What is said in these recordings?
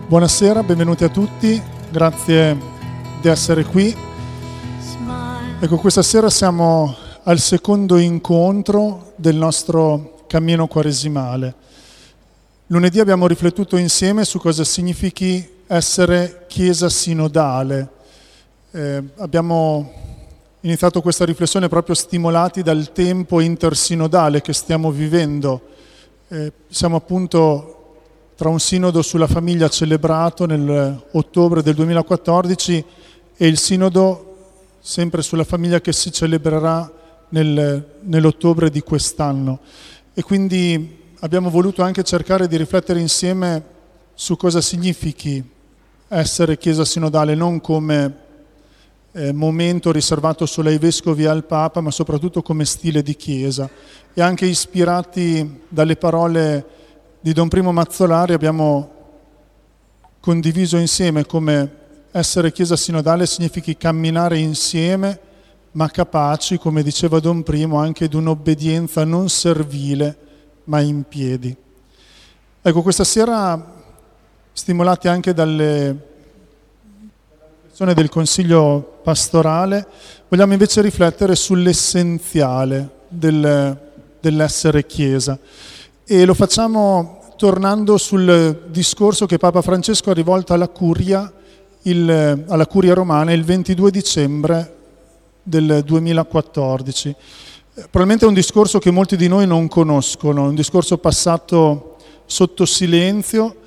Buonasera, benvenuti a tutti, grazie di essere qui. Ecco, questa sera siamo al secondo incontro del nostro cammino quaresimale. Lunedì abbiamo riflettuto insieme su cosa significhi essere Chiesa sinodale. Abbiamo iniziato questa riflessione proprio stimolati dal tempo intersinodale che stiamo vivendo. Siamo appunto tra un sinodo sulla famiglia celebrato nell'ottobre del 2014 e il sinodo sempre sulla famiglia che si celebrerà nell'ottobre di quest'anno. E quindi abbiamo voluto anche cercare di riflettere insieme su cosa significhi essere Chiesa sinodale, non come momento riservato solo ai vescovi e al Papa, ma soprattutto come stile di Chiesa. E anche ispirati dalle parole di Don Primo Mazzolari abbiamo condiviso insieme come essere Chiesa sinodale significhi camminare insieme, ma capaci, come diceva Don Primo, anche di un'obbedienza non servile, ma in piedi. Ecco, questa sera, stimolati anche dalle riflessioni del Consiglio pastorale, vogliamo invece riflettere sull'essenziale dell'essere Chiesa. E lo facciamo tornando sul discorso che Papa Francesco ha rivolto alla Curia romana il 22 dicembre del 2014. Probabilmente è un discorso che molti di noi non conoscono, un discorso passato sotto silenzio,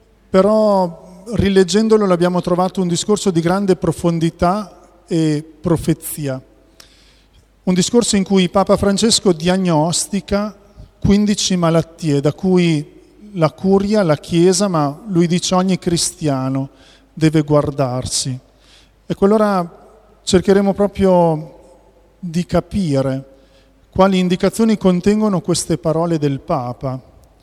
però rileggendolo l'abbiamo trovato un discorso di grande profondità e profezia. Un discorso in cui Papa Francesco diagnostica 15 malattie da cui la Curia, la Chiesa, ma lui dice ogni cristiano deve guardarsi. E allora cercheremo proprio di capire quali indicazioni contengono queste parole del Papa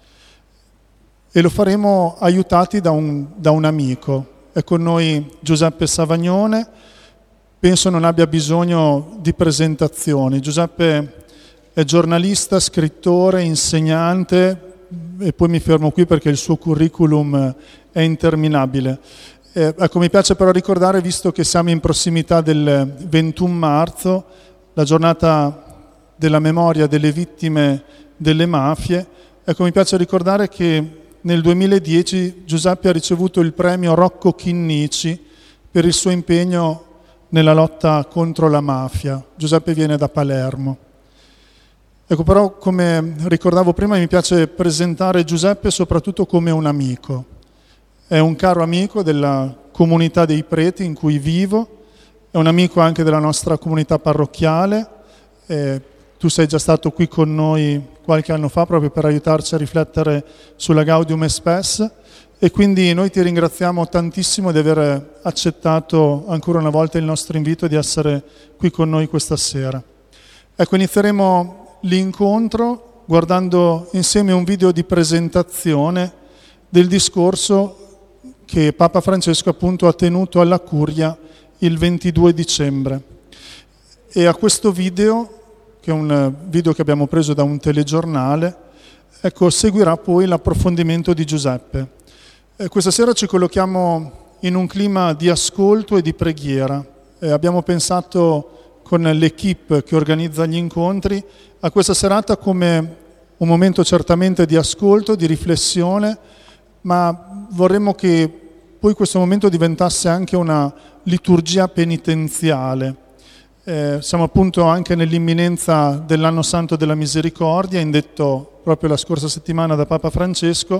e lo faremo aiutati da un amico. È con noi Giuseppe Savagnone, penso non abbia bisogno di presentazioni. Giuseppe è giornalista, scrittore, insegnante e poi mi fermo qui perché il suo curriculum è interminabile. Ecco, mi piace però ricordare, visto che siamo in prossimità del 21 marzo, la giornata della memoria delle vittime delle mafie, ecco, mi piace ricordare che nel 2010 Giuseppe ha ricevuto il premio Rocco Chinnici per il suo impegno nella lotta contro la mafia. Giuseppe viene da Palermo. Ecco, però, come ricordavo prima, mi piace presentare Giuseppe soprattutto come un amico. È un caro amico della comunità dei preti in cui vivo, è un amico anche della nostra comunità parrocchiale. Tu sei già stato qui con noi qualche anno fa proprio per aiutarci a riflettere sulla Gaudium Spes e quindi noi ti ringraziamo tantissimo di aver accettato ancora una volta il nostro invito di essere qui con noi questa sera. Ecco, inizieremo l'incontro guardando insieme un video di presentazione del discorso che Papa Francesco appunto ha tenuto alla Curia il 22 dicembre. E a questo video, che è un video che abbiamo preso da un telegiornale, ecco, seguirà poi l'approfondimento di Giuseppe. Questa sera ci collochiamo in un clima di ascolto e di preghiera. Abbiamo pensato con l'equipe che organizza gli incontri a questa serata come un momento certamente di ascolto, di riflessione, ma vorremmo che poi questo momento diventasse anche una liturgia penitenziale. Siamo appunto anche nell'imminenza dell'anno santo della misericordia, indetto proprio la scorsa settimana da Papa Francesco,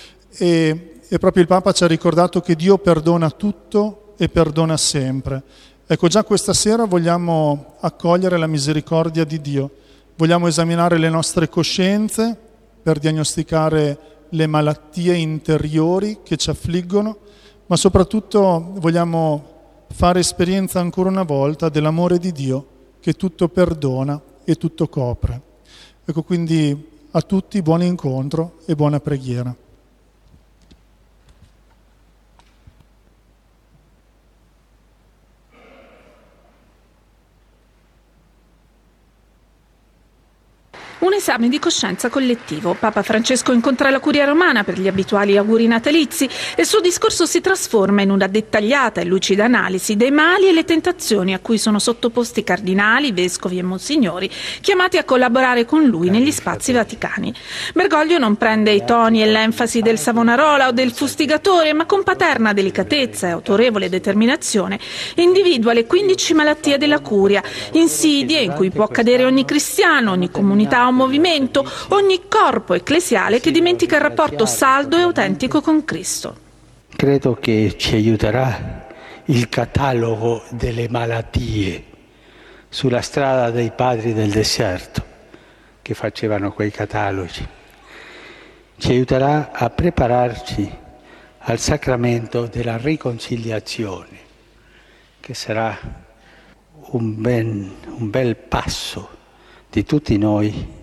e proprio il Papa ci ha ricordato che Dio perdona tutto e perdona sempre. Ecco, già questa sera vogliamo accogliere la misericordia di Dio, vogliamo esaminare le nostre coscienze per diagnosticare le malattie interiori che ci affliggono, ma soprattutto vogliamo fare esperienza ancora una volta dell'amore di Dio che tutto perdona e tutto copre. Ecco, quindi a tutti buon incontro e buona preghiera. Un esame di coscienza collettivo. Papa Francesco incontra la Curia Romana per gli abituali auguri natalizi e il suo discorso si trasforma in una dettagliata e lucida analisi dei mali e le tentazioni a cui sono sottoposti cardinali, vescovi e monsignori, chiamati a collaborare con lui negli spazi vaticani. Bergoglio non prende i toni e l'enfasi del Savonarola o del fustigatore, ma con paterna delicatezza e autorevole determinazione individua le 15 malattie della Curia, insidie in cui può cadere ogni cristiano, ogni comunità o movimento, ogni corpo ecclesiale che dimentica il rapporto saldo e autentico con Cristo. Credo che ci aiuterà il catalogo delle malattie sulla strada dei padri del deserto che facevano quei cataloghi. Ci aiuterà a prepararci al sacramento della riconciliazione, che sarà un bel passo di tutti noi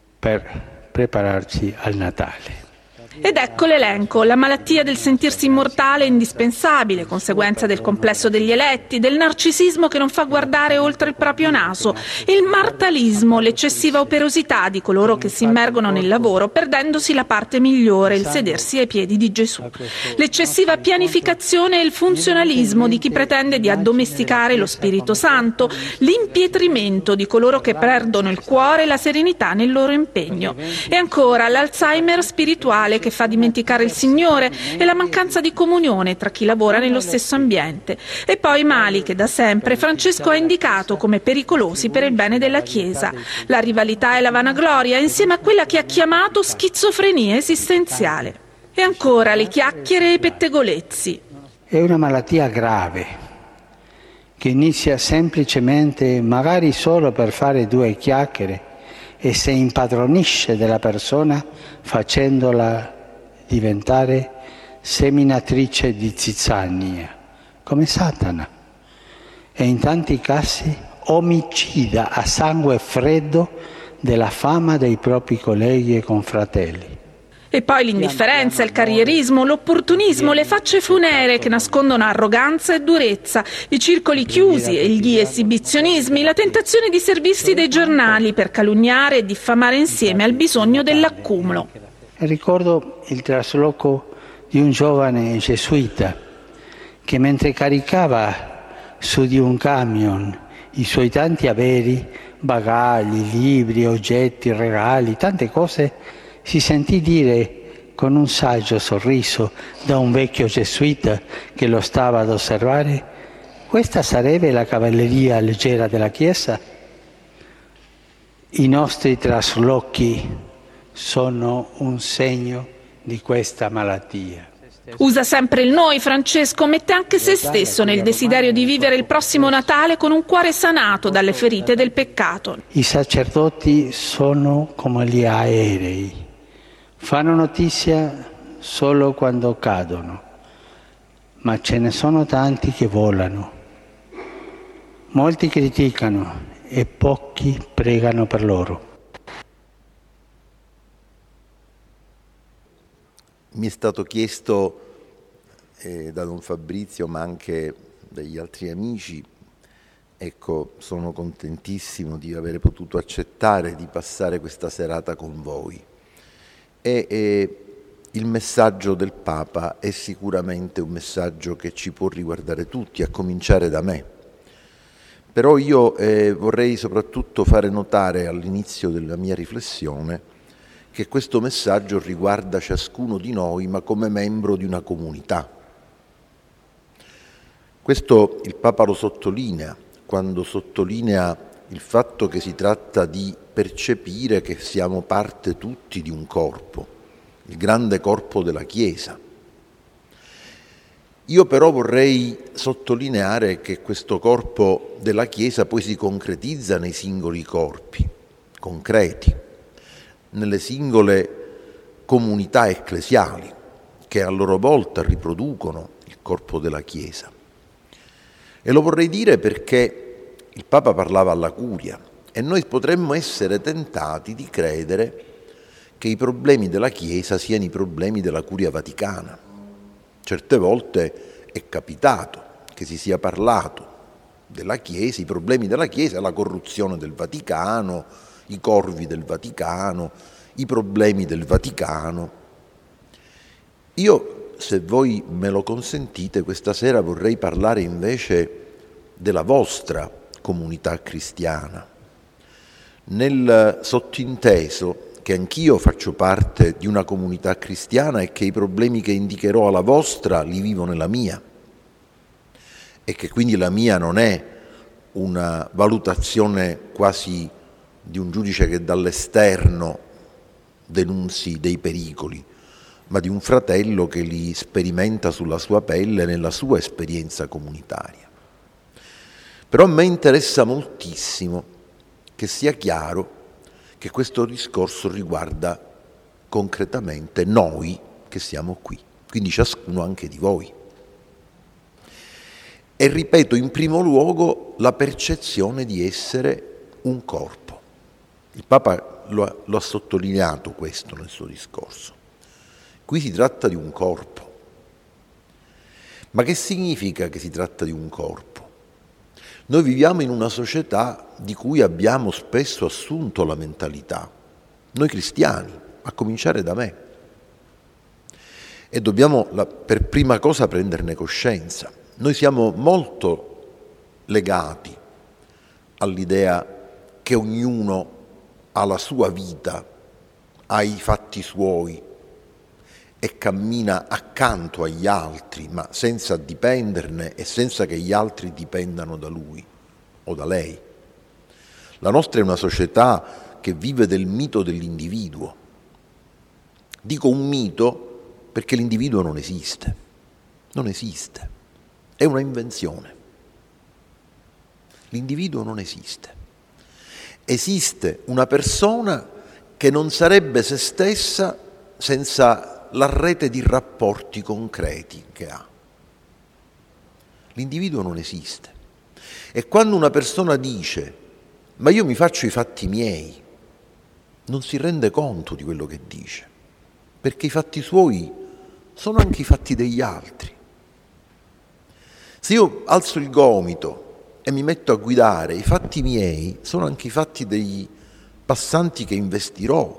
per prepararci al Natale. Ed ecco l'elenco: la malattia del sentirsi immortale e indispensabile, conseguenza del complesso degli eletti, del narcisismo che non fa guardare oltre il proprio naso, il martalismo, l'eccessiva operosità di coloro che si immergono nel lavoro perdendosi la parte migliore, il sedersi ai piedi di Gesù, l'eccessiva pianificazione e il funzionalismo di chi pretende di addomesticare lo Spirito Santo, l'impietrimento di coloro che perdono il cuore e la serenità nel loro impegno, e ancora l'Alzheimer spirituale che fa dimenticare il Signore e la mancanza di comunione tra chi lavora nello stesso ambiente, e poi i mali che da sempre Francesco ha indicato come pericolosi per il bene della Chiesa, la rivalità e la vanagloria insieme a quella che ha chiamato schizofrenia esistenziale, e ancora le chiacchiere e i pettegolezzi. È una malattia grave che inizia semplicemente, magari solo per fare 2 chiacchiere, e si impadronisce della persona facendola diventare seminatrice di zizzania, come Satana, e in tanti casi omicida a sangue freddo della fama dei propri colleghi e confratelli. E poi l'indifferenza, il carrierismo, l'opportunismo, le facce funere che nascondono arroganza e durezza, i circoli chiusi e gli esibizionismi, la tentazione di servirsi dei giornali per calunniare e diffamare insieme al bisogno dell'accumulo. Ricordo il trasloco di un giovane gesuita che, mentre caricava su di un camion i suoi tanti averi, bagagli, libri, oggetti, regali, tante cose, si sentì dire con un saggio sorriso da un vecchio gesuita che lo stava ad osservare: questa sarebbe la cavalleria leggera della Chiesa? I nostri traslochi sono un segno di questa malattia. Usa sempre il noi Francesco, mette anche se stesso nel desiderio di vivere il prossimo Natale con un cuore sanato dalle ferite del peccato. I sacerdoti sono come gli aerei, fanno notizia solo quando cadono, ma ce ne sono tanti che volano. Molti criticano e pochi pregano per loro. Mi è stato chiesto da Don Fabrizio, ma anche dagli altri amici, ecco, sono contentissimo di aver potuto accettare di passare questa serata con voi. E il messaggio del Papa è sicuramente un messaggio che ci può riguardare tutti, a cominciare da me. Però io vorrei soprattutto fare notare all'inizio della mia riflessione che questo messaggio riguarda ciascuno di noi, ma come membro di una comunità. Questo il Papa lo sottolinea, quando sottolinea il fatto che si tratta di percepire che siamo parte tutti di un corpo, il grande corpo della Chiesa. Io però vorrei sottolineare che questo corpo della Chiesa poi si concretizza nei singoli corpi concreti, nelle singole comunità ecclesiali che a loro volta riproducono il corpo della Chiesa. E lo vorrei dire perché il Papa parlava alla Curia e noi potremmo essere tentati di credere che i problemi della Chiesa siano i problemi della Curia Vaticana. Certe volte è capitato che si sia parlato della Chiesa, i problemi della Chiesa, la corruzione del Vaticano, i corvi del Vaticano, i problemi del Vaticano. Io, se voi me lo consentite, questa sera vorrei parlare invece della vostra comunità cristiana, nel sottinteso che anch'io faccio parte di una comunità cristiana e che i problemi che indicherò alla vostra li vivo nella mia, e che quindi la mia non è una valutazione quasi di un giudice che dall'esterno denunzi dei pericoli, ma di un fratello che li sperimenta sulla sua pelle nella sua esperienza comunitaria. Però a me interessa moltissimo che sia chiaro che questo discorso riguarda concretamente noi che siamo qui, quindi ciascuno anche di voi. E ripeto, in primo luogo, la percezione di essere un corpo. Il Papa lo ha sottolineato questo nel suo discorso. Qui si tratta di un corpo. Ma che significa che si tratta di un corpo? Noi viviamo in una società di cui abbiamo spesso assunto la mentalità, noi cristiani, a cominciare da me. E dobbiamo per prima cosa prenderne coscienza. Noi siamo molto legati all'idea che ognuno ha la sua vita, ha i fatti suoi e cammina accanto agli altri, ma senza dipenderne e senza che gli altri dipendano da lui o da lei. La nostra è una società che vive del mito dell'individuo. Dico un mito perché l'individuo non esiste, è una invenzione. L'individuo non esiste. Esiste una persona che non sarebbe se stessa senza la rete di rapporti concreti che ha. L'individuo non esiste. E quando una persona dice ma io mi faccio i fatti miei, non si rende conto di quello che dice, perché i fatti suoi sono anche i fatti degli altri. Se io alzo il gomito e mi metto a guidare, i fatti miei sono anche i fatti dei passanti che investirò.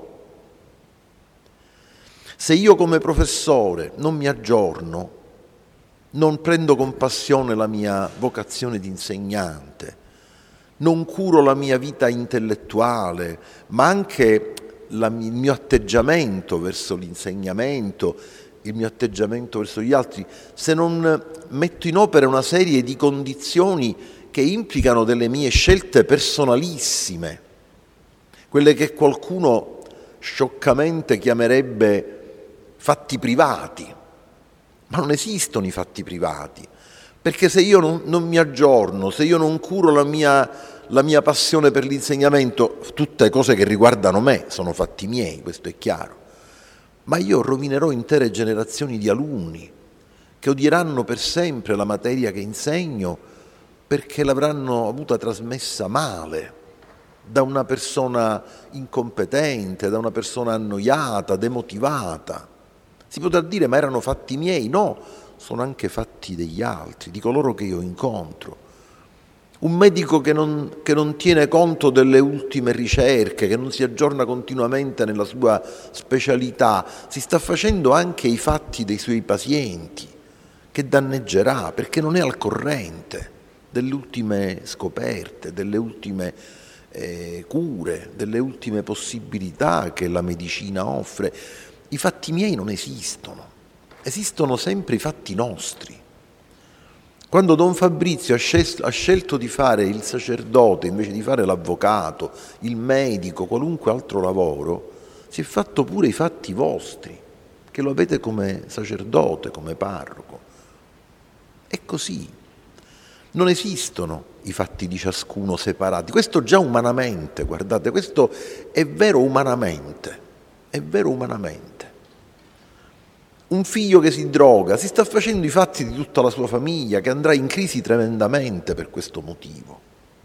Se io come professore non mi aggiorno, non prendo con passione la mia vocazione di insegnante, non curo la mia vita intellettuale, ma anche il mio atteggiamento verso l'insegnamento, il mio atteggiamento verso gli altri, se non metto in opera una serie di condizioni che implicano delle mie scelte personalissime, quelle che qualcuno scioccamente chiamerebbe fatti privati, ma non esistono i fatti privati, perché se io non mi aggiorno, se io non curo la mia passione per l'insegnamento, tutte cose che riguardano me sono fatti miei, questo è chiaro, ma io rovinerò intere generazioni di alunni che odieranno per sempre la materia che insegno perché l'avranno avuta trasmessa male da una persona incompetente, da una persona annoiata, demotivata. Si potrà dire ma erano fatti miei? No, sono anche fatti degli altri, di coloro che io incontro. Un medico che non tiene conto delle ultime ricerche, che non si aggiorna continuamente nella sua specialità, si sta facendo anche i fatti dei suoi pazienti, che danneggerà perché non è al corrente delle ultime scoperte, delle ultime cure, delle ultime possibilità che la medicina offre. I fatti miei non esistono, esistono sempre i fatti nostri. Quando Don Fabrizio ha scelto di fare il sacerdote invece di fare l'avvocato, il medico, qualunque altro lavoro, si è fatto pure i fatti vostri, che lo avete come sacerdote, come parroco. È così. Non esistono i fatti di ciascuno separati. Questo già umanamente, guardate, questo è vero umanamente, è vero umanamente. Un figlio che si droga si sta facendo i fatti di tutta la sua famiglia, che andrà in crisi tremendamente per questo motivo.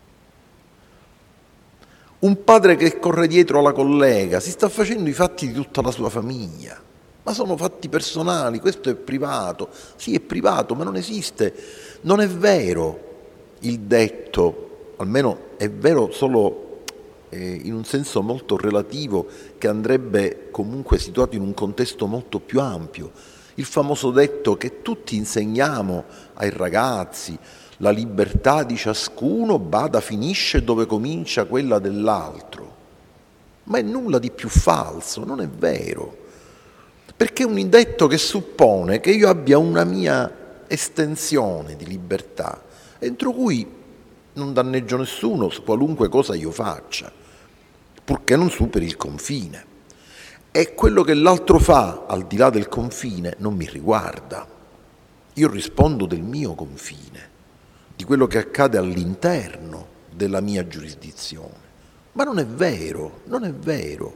Un padre che corre dietro alla collega si sta facendo i fatti di tutta la sua famiglia, ma sono fatti personali, questo è privato. Sì, è privato, ma non esiste, non è vero il detto, almeno è vero solo in un senso molto relativo che andrebbe comunque situato in un contesto molto più ampio. Il famoso detto che tutti insegniamo ai ragazzi: la libertà di ciascuno finisce dove comincia quella dell'altro. Ma è nulla di più falso, non è vero, perché è un detto che suppone che io abbia una mia estensione di libertà, entro cui non danneggio nessuno su qualunque cosa io faccia, purché non superi il confine. E quello che l'altro fa al di là del confine non mi riguarda. Io rispondo del mio confine, di quello che accade all'interno della mia giurisdizione. Ma non è vero, non è vero.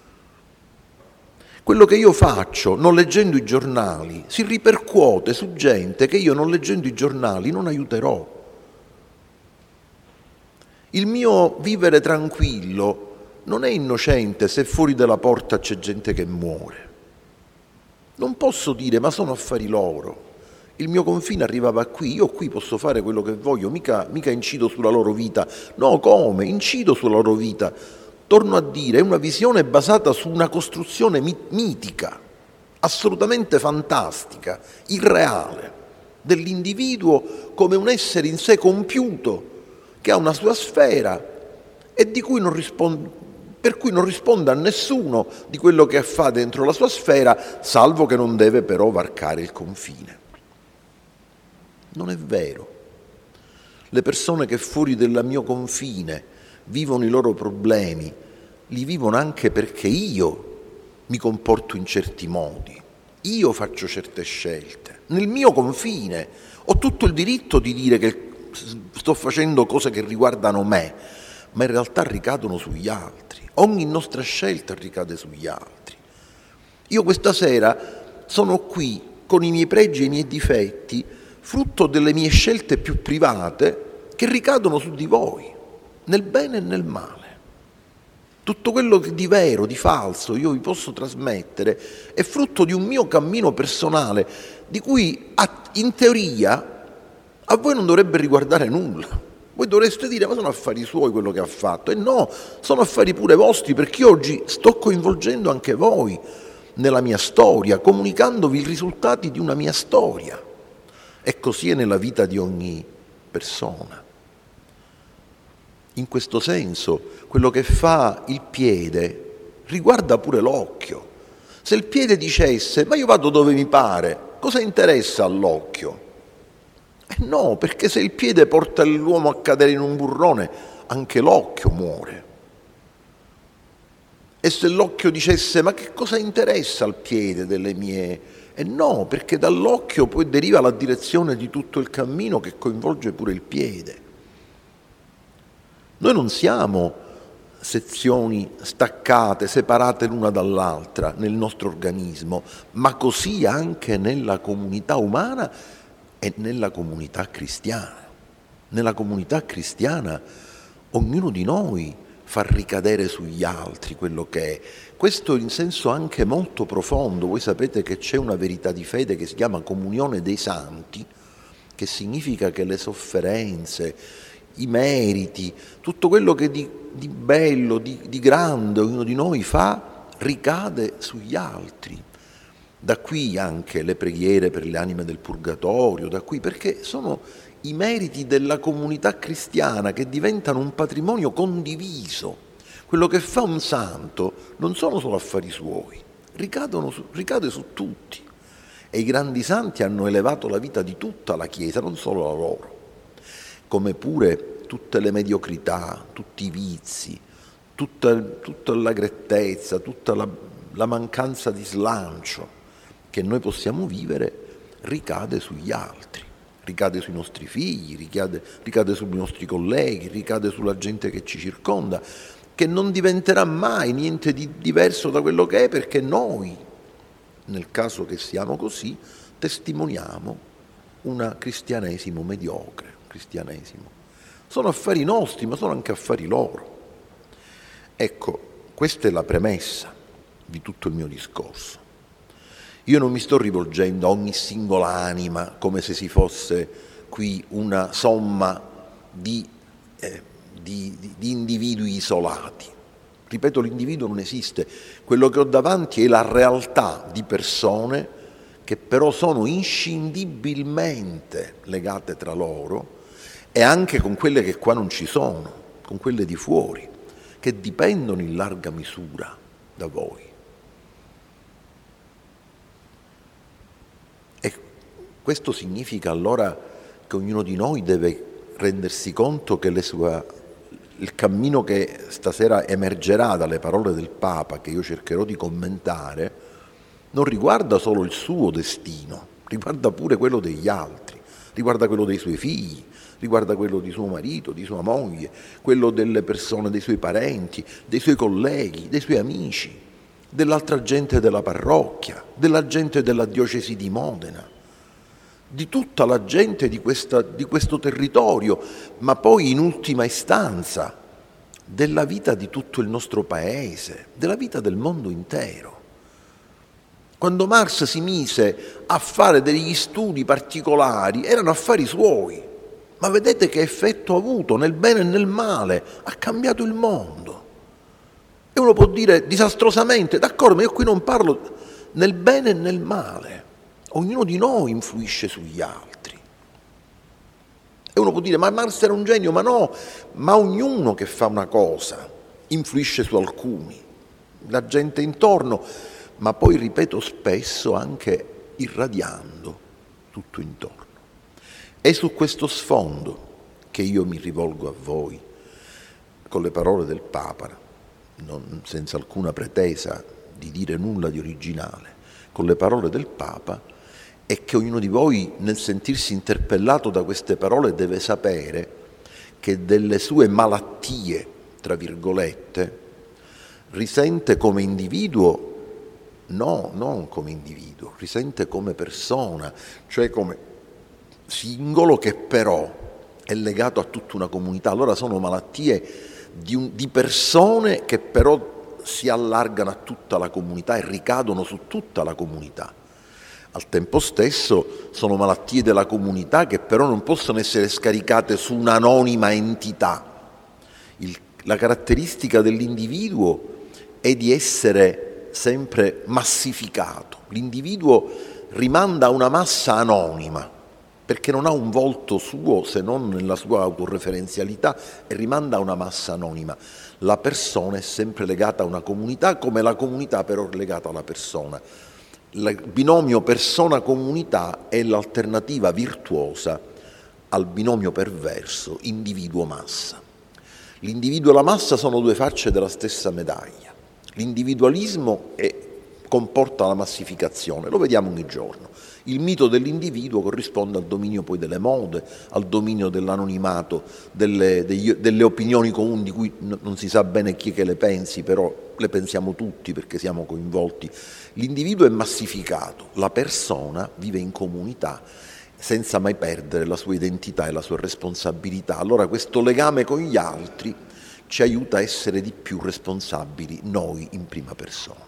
Quello che io faccio non leggendo i giornali si ripercuote su gente che io non leggendo i giornali non aiuterò. Il mio vivere tranquillo non è innocente se fuori dalla porta c'è gente che muore. Non posso dire ma sono affari loro. Il mio confine arrivava qui, io qui posso fare quello che voglio, mica incido sulla loro vita. No, come? Incido sulla loro vita. Torno a dire, è una visione basata su una costruzione mitica, assolutamente fantastica, irreale, dell'individuo come un essere in sé compiuto, che ha una sua sfera e per cui non risponde a nessuno di quello che fa dentro la sua sfera, salvo che non deve però varcare il confine. Non è vero. Le persone che fuori del mio confine vivono i loro problemi, li vivono anche perché io mi comporto in certi modi, io faccio certe scelte. Nel mio confine ho tutto il diritto di dire che sto facendo cose che riguardano me, ma in realtà ricadono sugli altri. Ogni nostra scelta ricade sugli altri. Io questa sera sono qui con i miei pregi e i miei difetti, frutto delle mie scelte più private che ricadono su di voi, nel bene e nel male. Tutto quello che di vero, di falso io vi posso trasmettere è frutto di un mio cammino personale, di cui in teoria a voi non dovrebbe riguardare nulla. Voi dovreste dire, ma sono affari suoi quello che ha fatto. E no, sono affari pure vostri, perché io oggi sto coinvolgendo anche voi nella mia storia, comunicandovi i risultati di una mia storia. E così è nella vita di ogni persona. In questo senso, quello che fa il piede riguarda pure l'occhio. Se il piede dicesse, ma io vado dove mi pare, cosa interessa all'occhio? No, perché se il piede porta l'uomo a cadere in un burrone, anche l'occhio muore. E se l'occhio dicesse, ma che cosa interessa al piede delle mie... no, perché dall'occhio poi deriva la direzione di tutto il cammino che coinvolge pure il piede. Noi non siamo sezioni staccate, separate l'una dall'altra nel nostro organismo, ma così anche nella comunità umana e nella comunità cristiana. Nella comunità cristiana ognuno di noi fa ricadere sugli altri quello che è. Questo in senso anche molto profondo. Voi sapete che c'è una verità di fede che si chiama comunione dei santi, che significa che le sofferenze, i meriti, tutto quello che di bello, di grande ognuno di noi fa, ricade sugli altri. Da qui anche le preghiere per le anime del purgatorio, da qui perché sono i meriti della comunità cristiana che diventano un patrimonio condiviso. Quello che fa un santo non sono solo affari suoi, ricade su tutti. E i grandi santi hanno elevato la vita di tutta la Chiesa, non solo la loro. Come pure tutte le mediocrità, tutti i vizi, tutta la grettezza, tutta la mancanza di slancio che noi possiamo vivere ricade sugli altri, ricade sui nostri figli, ricade sui nostri colleghi, ricade sulla gente che ci circonda, che non diventerà mai niente di diverso da quello che è, perché noi, nel caso che siamo così, testimoniamo un cristianesimo mediocre, cristianesimo. Sono affari nostri, ma sono anche affari loro. Ecco, questa è la premessa di tutto il mio discorso. Io non mi sto rivolgendo a ogni singola anima come se si fosse qui una somma di di individui isolati. Ripeto, l'individuo non esiste. Quello che ho davanti è la realtà di persone che però sono inscindibilmente legate tra loro e anche con quelle che qua non ci sono, con quelle di fuori, che dipendono in larga misura da voi. E questo significa allora che ognuno di noi deve rendersi conto che il cammino che stasera emergerà dalle parole del Papa, che io cercherò di commentare, non riguarda solo il suo destino, riguarda pure quello degli altri, riguarda quello dei suoi figli, riguarda quello di suo marito, di sua moglie, quello delle persone, dei suoi parenti, dei suoi colleghi, dei suoi amici, dell'altra gente della parrocchia, della gente della diocesi di Modena, di tutta la gente di questo territorio, ma poi in ultima istanza della vita di tutto il nostro paese, della vita del mondo intero. Quando Marx si mise a fare degli studi particolari, erano affari suoi, ma vedete che effetto ha avuto nel bene e nel male, ha cambiato il mondo. E uno può dire disastrosamente, d'accordo, ma io qui non parlo nel bene e nel male. Ognuno di noi influisce sugli altri. E uno può dire, ma Marx era un genio, ma no, ma ognuno che fa una cosa influisce su alcuni, la gente intorno, ma poi, ripeto, spesso anche irradiando tutto intorno. È su questo sfondo che io mi rivolgo a voi, con le parole del Papa, senza alcuna pretesa di dire nulla di originale, con le parole del Papa, è che ognuno di voi, nel sentirsi interpellato da queste parole, deve sapere che delle sue malattie, tra virgolette, risente come individuo, no, non come individuo, risente come persona, cioè come singolo che però è legato a tutta una comunità. Allora sono malattie di persone che però si allargano a tutta la comunità e ricadono su tutta la comunità. Al tempo stesso sono malattie della comunità che però non possono essere scaricate su un'anonima entità. La caratteristica dell'individuo è di essere sempre massificato. L'individuo rimanda a una massa anonima, perché non ha un volto suo se non nella sua autoreferenzialità, e rimanda a una massa anonima. La persona è sempre legata a una comunità, come la comunità però è legata alla persona. Il binomio persona-comunità è l'alternativa virtuosa al binomio perverso individuo-massa. L'individuo e la massa sono due facce della stessa medaglia. L'individualismo comporta la massificazione, lo vediamo ogni giorno. Il mito dell'individuo corrisponde al dominio poi delle mode, al dominio dell'anonimato, delle opinioni comuni di cui non si sa bene chi che le pensi, però le pensiamo tutti perché siamo coinvolti. L'individuo è massificato, la persona vive in comunità senza mai perdere la sua identità e la sua responsabilità. Allora questo legame con gli altri ci aiuta a essere di più responsabili noi in prima persona.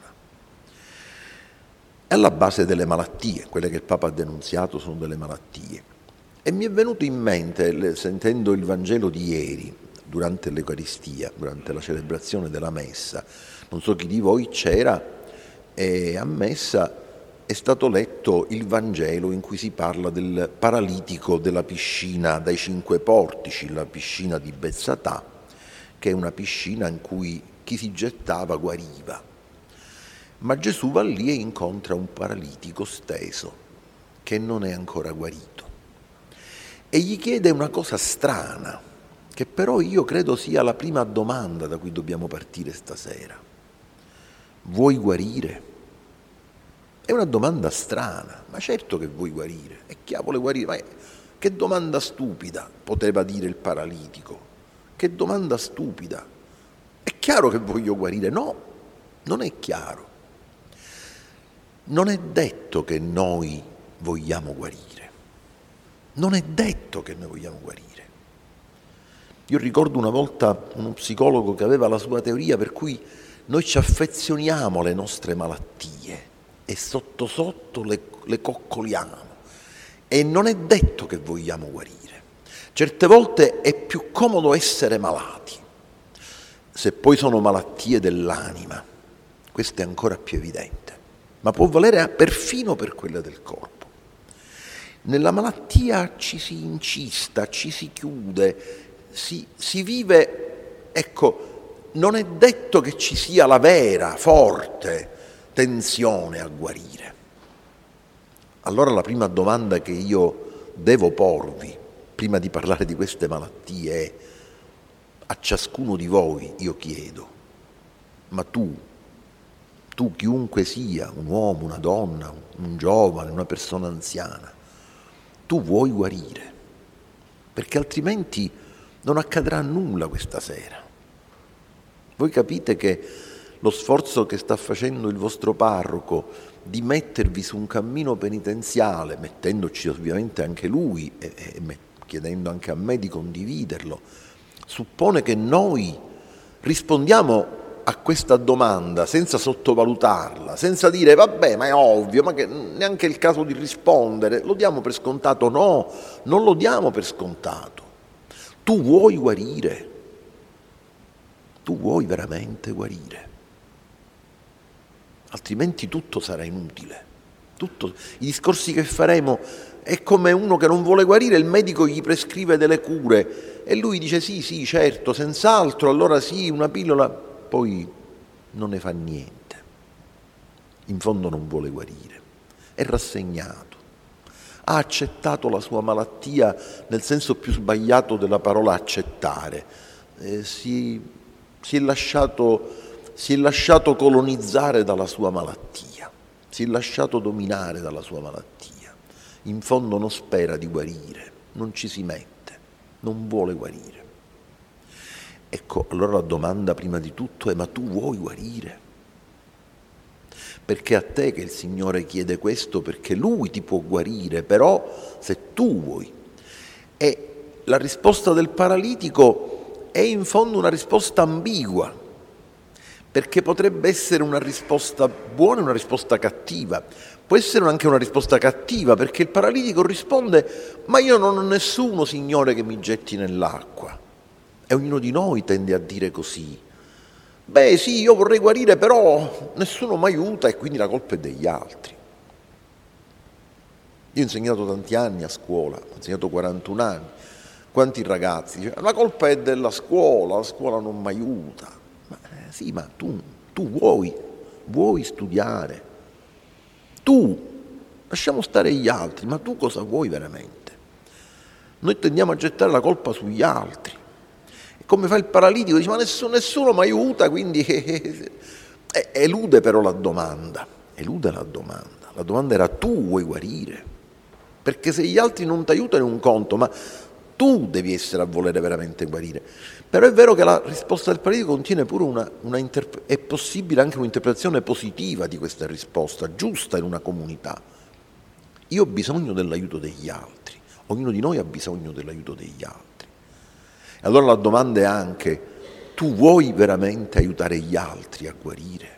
È alla base delle malattie, quelle che il Papa ha denunziato sono delle malattie. E mi è venuto in mente, sentendo il Vangelo di ieri, durante l'Eucaristia, durante la celebrazione della Messa, non so chi di voi c'era, e a Messa è stato letto il Vangelo in cui si parla del paralitico della piscina dai 5 portici, la piscina di Bezzatà, che è una piscina in cui chi si gettava guariva. Ma Gesù va lì e incontra un paralitico steso che non è ancora guarito e gli chiede una cosa strana, che però io credo sia la prima domanda da cui dobbiamo partire stasera. Vuoi guarire? È una domanda strana, ma certo che vuoi guarire. E chi vuole guarire? Ma che domanda stupida, poteva dire il paralitico. Che domanda stupida. È chiaro che voglio guarire? No, non è chiaro. Non è detto che noi vogliamo guarire. Non è detto che noi vogliamo guarire. Io ricordo una volta uno psicologo che aveva la sua teoria per cui noi ci affezioniamo alle nostre malattie e sotto sotto le coccoliamo. E non è detto che vogliamo guarire. Certe volte è più comodo essere malati. Se poi sono malattie dell'anima, questo è ancora più evidente, ma può valere perfino per quelle del corpo. Nella malattia ci si incista, ci si chiude, si vive, ecco, non è detto che ci sia la vera, forte tensione a guarire. Allora la prima domanda che io devo porvi, prima di parlare di queste malattie, è: a ciascuno di voi io chiedo, ma tu chiunque sia, un uomo, una donna, un giovane, una persona anziana, tu vuoi guarire? Perché altrimenti non accadrà nulla questa sera. Voi capite che lo sforzo che sta facendo il vostro parroco di mettervi su un cammino penitenziale, mettendoci ovviamente anche lui e chiedendo anche a me di condividerlo, suppone che noi rispondiamo a questa domanda senza sottovalutarla, senza dire vabbè, ma è ovvio, ma che neanche è il caso di rispondere, lo diamo per scontato. No, non lo diamo per scontato. Tu vuoi guarire? Tu vuoi veramente guarire? Altrimenti tutto sarà inutile. I discorsi che faremo è come uno che non vuole guarire, il medico gli prescrive delle cure e lui dice sì, certo, senz'altro, allora sì, una pillola, poi non ne fa niente. In fondo non vuole guarire, è rassegnato, ha accettato la sua malattia nel senso più sbagliato della parola accettare, si è lasciato colonizzare dalla sua malattia, si è lasciato dominare dalla sua malattia. In fondo non spera di guarire, non ci si mette, non vuole guarire. Ecco, allora la domanda prima di tutto è: ma tu vuoi guarire? Perché a te che il Signore chiede questo, perché Lui ti può guarire, però se tu vuoi. E la risposta del paralitico è in fondo una risposta ambigua, perché potrebbe essere una risposta buona e una risposta cattiva. Può essere anche una risposta cattiva, perché il paralitico risponde: ma io non ho nessuno, Signore, che mi getti nell'acqua. E ognuno di noi tende a dire così: beh sì, io vorrei guarire, però nessuno mi aiuta e quindi la colpa è degli altri. Io ho insegnato tanti anni a scuola, ho insegnato 41 anni. Quanti ragazzi dicevano: la colpa è della scuola, la scuola non mi aiuta. Sì, ma tu vuoi studiare, lasciamo stare gli altri, ma tu cosa vuoi veramente? Noi tendiamo a gettare la colpa sugli altri. Come fa il paralitico, dice: ma nessuno mi aiuta, quindi elude però la domanda. La domanda era: tu vuoi guarire? Perché se gli altri non ti aiutano è un conto, ma tu devi essere a volere veramente guarire. Però è vero che la risposta del paralitico contiene pure è possibile anche un'interpretazione positiva di questa risposta, giusta in una comunità. Io ho bisogno dell'aiuto degli altri, ognuno di noi ha bisogno dell'aiuto degli altri. E allora la domanda è anche: tu vuoi veramente aiutare gli altri a guarire?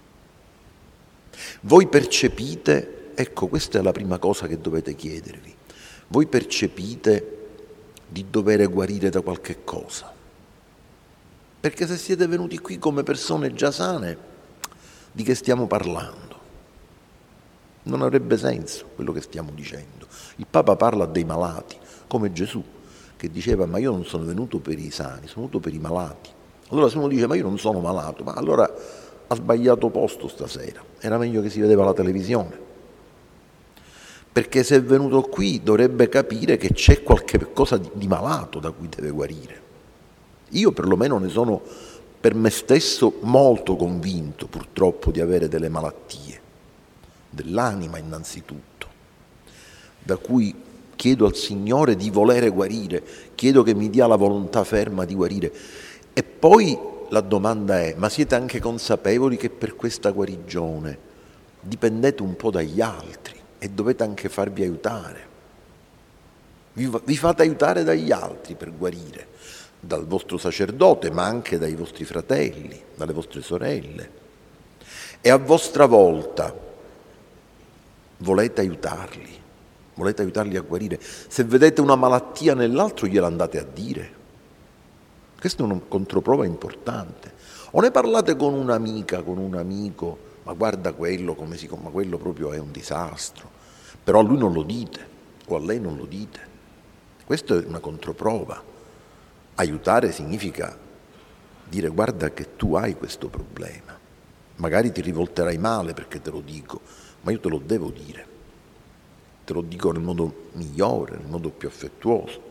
Voi percepite, ecco, questa è la prima cosa che dovete chiedervi, voi percepite di dover guarire da qualche cosa? Perché se siete venuti qui come persone già sane, di che stiamo parlando? Non avrebbe senso quello che stiamo dicendo. Il Papa parla dei malati, come Gesù, che diceva: ma io non sono venuto per i sani, sono venuto per i malati. Allora se uno dice: ma io non sono malato, ma allora ha sbagliato posto stasera, era meglio che si vedeva la televisione. Perché se è venuto qui dovrebbe capire che c'è qualche cosa di malato da cui deve guarire. Io perlomeno ne sono per me stesso molto convinto, purtroppo, di avere delle malattie, dell'anima innanzitutto, da cui chiedo al Signore di volere guarire, chiedo che mi dia la volontà ferma di guarire. E poi la domanda è: ma siete anche consapevoli che per questa guarigione dipendete un po' dagli altri e dovete anche farvi aiutare? Vi fate aiutare dagli altri per guarire, dal vostro sacerdote, ma anche dai vostri fratelli, dalle vostre sorelle. E a vostra volta volete aiutarli. Volete aiutarli a guarire? Se vedete una malattia nell'altro, gliela andate a dire. Questa è una controprova importante. O ne parlate con un'amica, con un amico, ma guarda quello, ma quello proprio è un disastro. Però a lui non lo dite, o a lei non lo dite. Questa è una controprova. Aiutare significa dire guarda che tu hai questo problema. Magari ti rivolterai male perché te lo dico, ma io te lo devo dire. Te lo dico nel modo migliore, nel modo più affettuoso.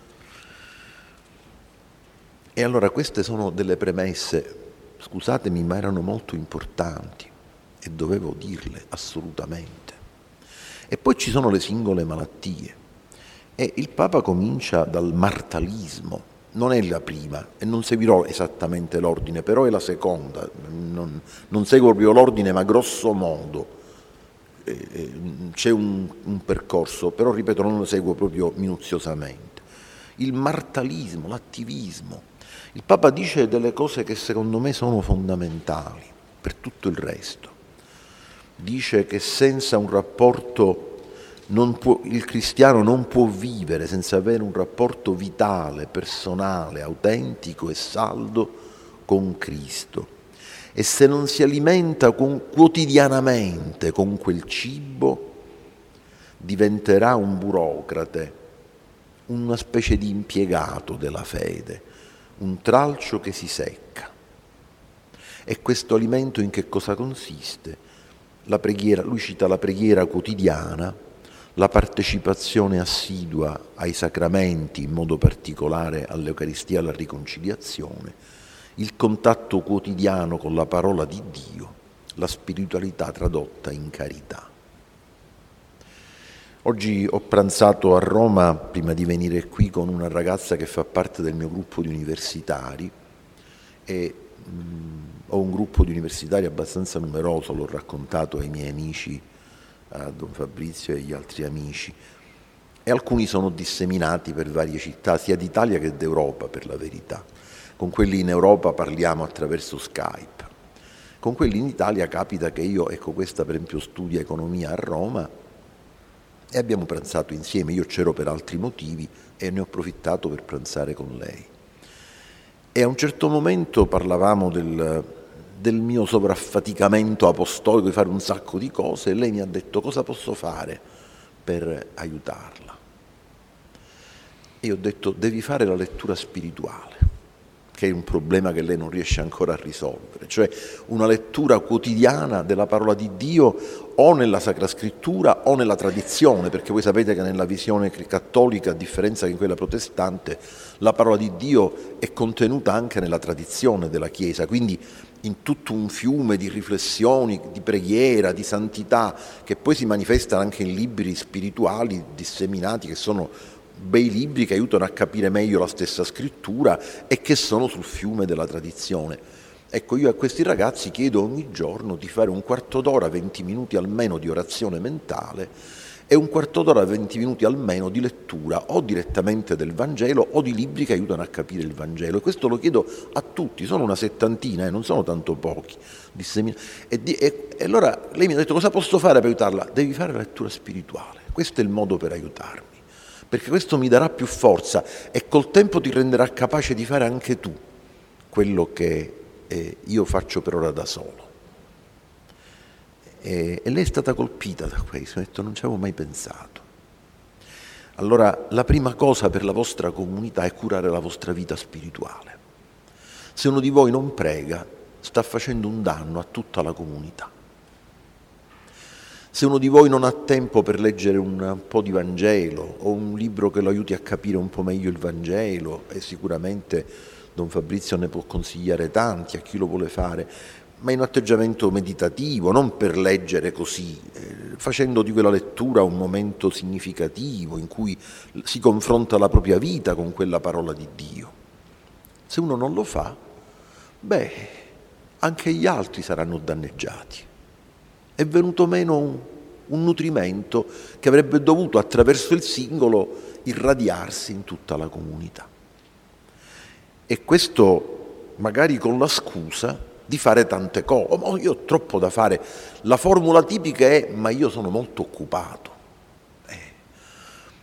E allora queste sono delle premesse, scusatemi, ma erano molto importanti e dovevo dirle assolutamente. E poi ci sono le singole malattie e il Papa comincia dal martalismo, non è la prima e non seguirò esattamente l'ordine, però è la seconda, non seguo proprio l'ordine ma grosso modo. C'è un percorso, però ripeto non lo seguo proprio minuziosamente. Il martalismo, l'attivismo. Il Papa dice delle cose che secondo me sono fondamentali per tutto il resto. Dice che senza un rapporto il cristiano non può vivere senza avere un rapporto vitale, personale, autentico e saldo con Cristo. E se non si alimenta quotidianamente con quel cibo, diventerà un burocrate, una specie di impiegato della fede, un tralcio che si secca. E questo alimento in che cosa consiste? La preghiera, lui cita la preghiera quotidiana, la partecipazione assidua ai sacramenti, in modo particolare all'Eucaristia e alla riconciliazione, il contatto quotidiano con la parola di Dio, la spiritualità tradotta in carità. Oggi ho pranzato a Roma, prima di venire qui, con una ragazza che fa parte del mio gruppo di universitari e ho un gruppo di universitari abbastanza numeroso, l'ho raccontato ai miei amici, a Don Fabrizio e agli altri amici, e alcuni sono disseminati per varie città, sia d'Italia che d'Europa per la verità. Con quelli in Europa parliamo attraverso Skype. Con quelli in Italia capita che io, questa per esempio studia economia a Roma e abbiamo pranzato insieme. Io c'ero per altri motivi e ne ho approfittato per pranzare con lei. E a un certo momento parlavamo del mio sovraffaticamento apostolico, di fare un sacco di cose, e lei mi ha detto cosa posso fare per aiutarla. E io ho detto devi fare la lettura spirituale, che è un problema che lei non riesce ancora a risolvere, cioè una lettura quotidiana della parola di Dio o nella Sacra Scrittura o nella tradizione, perché voi sapete che nella visione cattolica, a differenza che in quella protestante, la parola di Dio è contenuta anche nella tradizione della Chiesa, quindi in tutto un fiume di riflessioni, di preghiera, di santità, che poi si manifestano anche in libri spirituali disseminati, che sono bei libri che aiutano a capire meglio la stessa scrittura e che sono sul fiume della tradizione. Ecco, io a questi ragazzi chiedo ogni giorno di fare un quarto d'ora, 20 minuti almeno di orazione mentale e un quarto d'ora, 20 minuti almeno di lettura o direttamente del Vangelo o di libri che aiutano a capire il Vangelo. E questo lo chiedo a tutti, sono una settantina, non sono tanto pochi. E allora lei mi ha detto cosa posso fare per aiutarla? Devi fare la lettura spirituale, questo è il modo per aiutarmi. Perché questo mi darà più forza e col tempo ti renderà capace di fare anche tu quello che io faccio per ora da solo. E lei è stata colpita da questo, ha detto non ci avevo mai pensato. Allora la prima cosa per la vostra comunità è curare la vostra vita spirituale. Se uno di voi non prega, sta facendo un danno a tutta la comunità. Se uno di voi non ha tempo per leggere un po' di Vangelo o un libro che lo aiuti a capire un po' meglio il Vangelo, e sicuramente Don Fabrizio ne può consigliare tanti a chi lo vuole fare, ma in un atteggiamento meditativo, non per leggere così, facendo di quella lettura un momento significativo in cui si confronta la propria vita con quella parola di Dio. Se uno non lo fa, anche gli altri saranno danneggiati. È venuto meno un nutrimento che avrebbe dovuto attraverso il singolo irradiarsi in tutta la comunità. E questo magari con la scusa di fare tante cose. Io ho troppo da fare. La formula tipica è ma io sono molto occupato.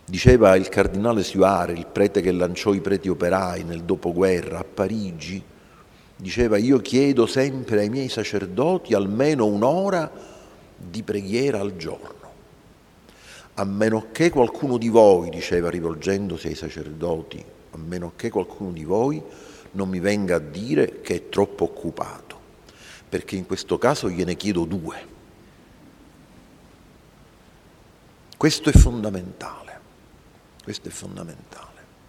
Diceva il cardinale Suare, il prete che lanciò i preti operai nel dopoguerra a Parigi, diceva: io chiedo sempre ai miei sacerdoti almeno un'ora di preghiera al giorno, a meno che qualcuno di voi, diceva rivolgendosi ai sacerdoti, a meno che qualcuno di voi non mi venga a dire che è troppo occupato, perché in questo caso gliene chiedo 2. Questo è fondamentale. Questo è fondamentale.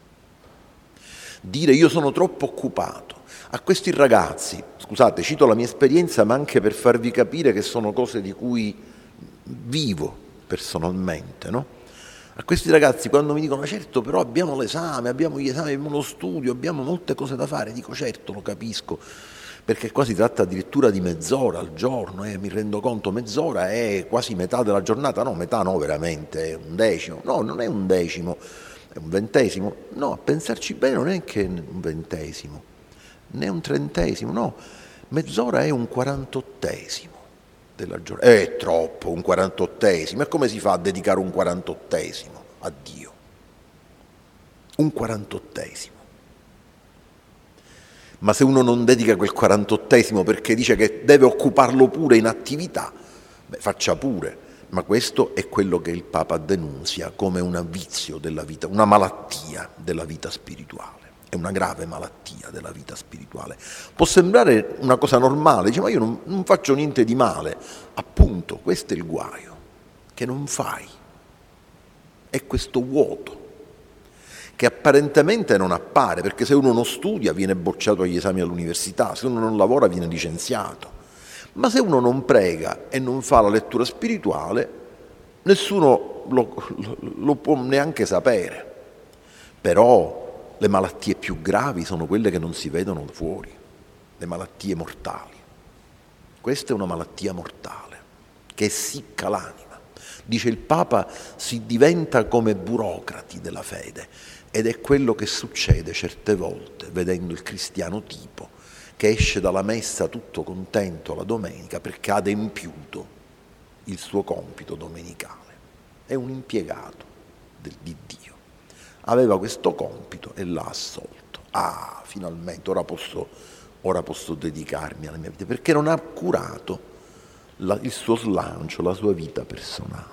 Dire io sono troppo occupato. A questi ragazzi, scusate, cito la mia esperienza, ma anche per farvi capire che sono cose di cui vivo personalmente, no? A questi ragazzi quando mi dicono: certo, però abbiamo l'esame, abbiamo gli esami, abbiamo lo studio, abbiamo molte cose da fare, dico: certo, lo capisco, perché qua si tratta addirittura di mezz'ora al giorno, mi rendo conto, mezz'ora è quasi metà della giornata, no, metà no, veramente, è un decimo, no, non è un decimo, è un ventesimo, no, a pensarci bene non è che un ventesimo, né un trentesimo, no, mezz'ora è un 48esimo della giornata, è troppo un 48esimo, e come si fa a dedicare un 48esimo a Dio? Un 48esimo. Ma se uno non dedica quel 48esimo perché dice che deve occuparlo pure in attività, faccia pure, ma questo è quello che il Papa denunzia come un vizio della vita, una malattia della vita spirituale, è una grave malattia della vita spirituale. Può sembrare una cosa normale, dice: ma io non faccio niente di male, appunto, questo è il guaio, che non fai, è questo vuoto che apparentemente non appare, perché se uno non studia viene bocciato agli esami all'università, se uno non lavora viene licenziato, ma se uno non prega e non fa la lettura spirituale nessuno lo può neanche sapere. Però le malattie più gravi sono quelle che non si vedono fuori, le malattie mortali. Questa è una malattia mortale che essicca l'anima. Dice il Papa: si diventa come burocrati della fede. Ed è quello che succede certe volte vedendo il cristiano tipo che esce dalla messa tutto contento la domenica perché ha adempiuto il suo compito domenicale. È un impiegato di Dio. Aveva questo compito e l'ha assolto. Ah, finalmente, ora posso dedicarmi alla mia vita, perché non ha curato il suo slancio, la sua vita personale.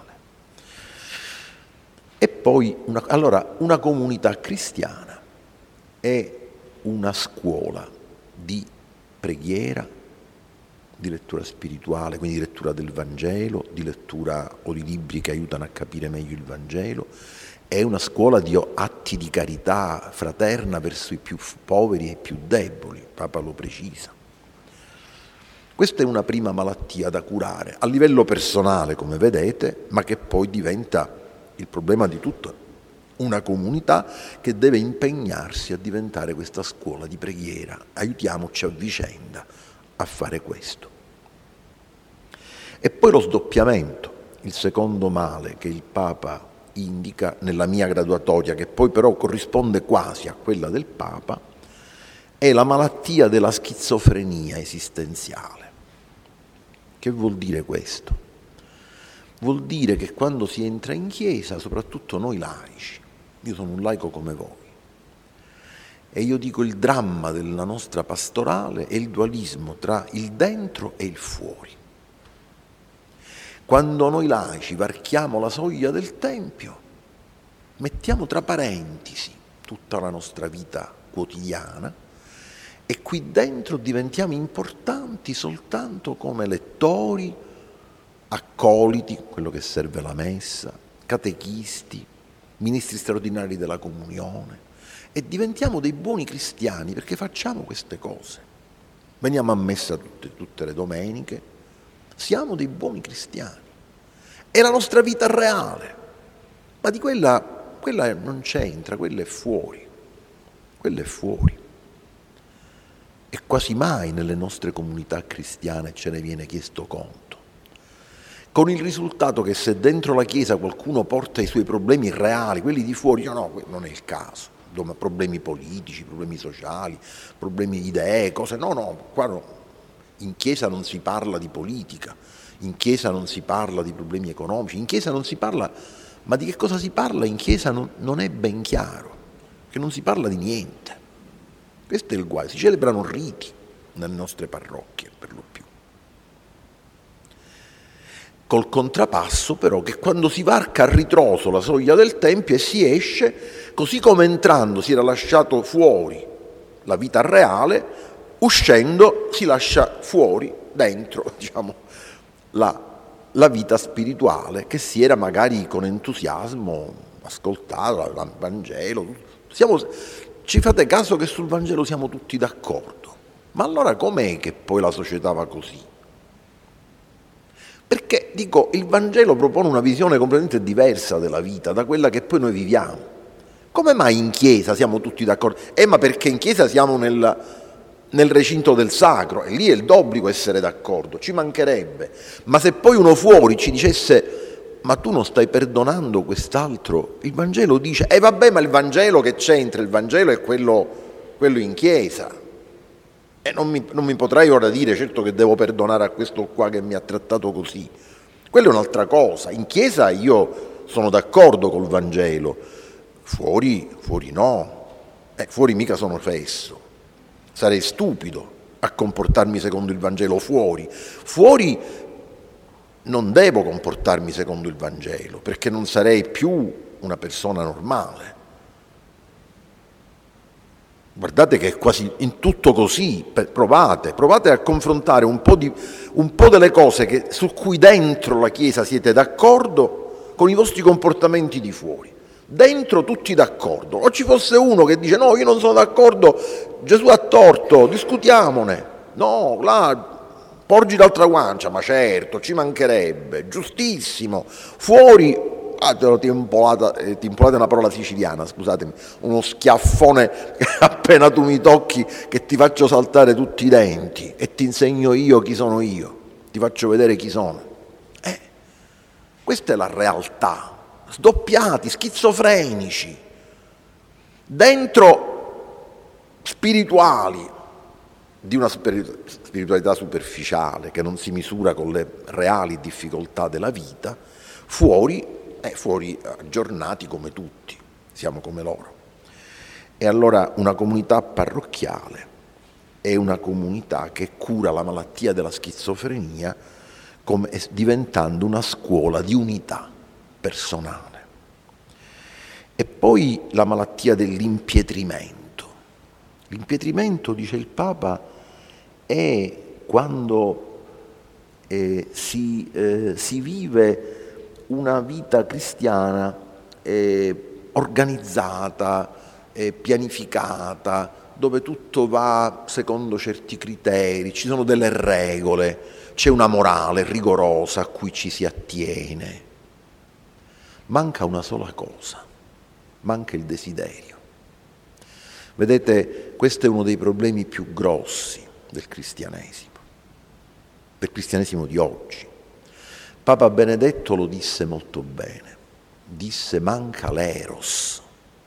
E poi, una comunità cristiana è una scuola di preghiera, di lettura spirituale, quindi di lettura del Vangelo, di lettura o di libri che aiutano a capire meglio il Vangelo, è una scuola di atti di carità fraterna verso i più poveri e più deboli, il Papa lo precisa. Questa è una prima malattia da curare, a livello personale, come vedete, ma che poi diventa il problema di tutta una comunità che deve impegnarsi a diventare questa scuola di preghiera. Aiutiamoci a vicenda a fare questo. E poi lo sdoppiamento, il secondo male che il Papa indica nella mia graduatoria, che poi però corrisponde quasi a quella del Papa, è la malattia della schizofrenia esistenziale. Che vuol dire questo? Vuol dire che quando si entra in chiesa, soprattutto noi laici, io sono un laico come voi, e io dico il dramma della nostra pastorale è il dualismo tra il dentro e il fuori. Quando noi laici varchiamo la soglia del Tempio, mettiamo tra parentesi tutta la nostra vita quotidiana e qui dentro diventiamo importanti soltanto come lettori, accoliti, quello che serve la messa, catechisti, ministri straordinari della comunione, e diventiamo dei buoni cristiani perché facciamo queste cose. Veniamo a messa tutte le domeniche, siamo dei buoni cristiani. È la nostra vita reale, ma di quella non c'entra, quella è fuori, quella è fuori. E quasi mai nelle nostre comunità cristiane ce ne viene chiesto conto. Con il risultato che se dentro la Chiesa qualcuno porta i suoi problemi reali, quelli di fuori, no, non è il caso, problemi politici, problemi sociali, problemi di idee, cose, no, qua no. In Chiesa non si parla di politica, in Chiesa non si parla di problemi economici, in Chiesa non si parla ma di che cosa si parla in Chiesa non è ben chiaro, che non si parla di niente. Questo è il guaio, si celebrano riti nelle nostre parrocchie per lo più. Col contrappasso però che quando si varca a ritroso la soglia del Tempio e si esce, così come entrando si era lasciato fuori la vita reale, uscendo si lascia fuori, dentro, diciamo, la vita spirituale che si era magari con entusiasmo ascoltato, il Vangelo. Ci fate caso che sul Vangelo siamo tutti d'accordo? Ma allora com'è che poi la società va così? Perché, dico, il Vangelo propone una visione completamente diversa della vita da quella che poi noi viviamo. Come mai in Chiesa siamo tutti d'accordo? Ma perché in Chiesa siamo nel recinto del sacro e lì è d'obbligo essere d'accordo, ci mancherebbe. Ma se poi uno fuori ci dicesse: ma tu non stai perdonando quest'altro? Il Vangelo dice: vabbè, ma il Vangelo che c'entra? Il Vangelo è quello in Chiesa. E non mi potrei ora dire: certo che devo perdonare a questo qua che mi ha trattato così. Quella è un'altra cosa. In Chiesa io sono d'accordo col Vangelo, fuori no. Fuori mica sono fesso. Sarei stupido a comportarmi secondo il Vangelo fuori. Fuori non devo comportarmi secondo il Vangelo, perché non sarei più una persona normale. Guardate che è quasi in tutto così, provate a confrontare un po' delle cose su cui dentro la Chiesa siete d'accordo con i vostri comportamenti di fuori. Dentro tutti d'accordo. O ci fosse uno che dice: no, io non sono d'accordo, Gesù ha torto, discutiamone. No, là, porgi d'altra guancia, ma certo, ci mancherebbe, giustissimo. Fuori... ti impolate una parola siciliana, scusatemi, uno schiaffone che appena tu mi tocchi che ti faccio saltare tutti i denti e ti insegno io chi sono io, ti faccio vedere chi sono. Questa è la realtà, sdoppiati, schizofrenici, dentro spirituali, di una spiritualità superficiale che non si misura con le reali difficoltà della vita, fuori aggiornati come tutti, siamo come loro. E allora una comunità parrocchiale è una comunità che cura la malattia della schizofrenia diventando una scuola di unità personale. E poi la malattia dell'impietrimento. L'impietrimento, dice il Papa, è quando si vive una vita cristiana organizzata, pianificata, dove tutto va secondo certi criteri, ci sono delle regole, c'è una morale rigorosa a cui ci si attiene. Manca una sola cosa, manca il desiderio. Vedete, questo è uno dei problemi più grossi del cristianesimo di oggi. Papa Benedetto lo disse molto bene, disse: manca l'eros,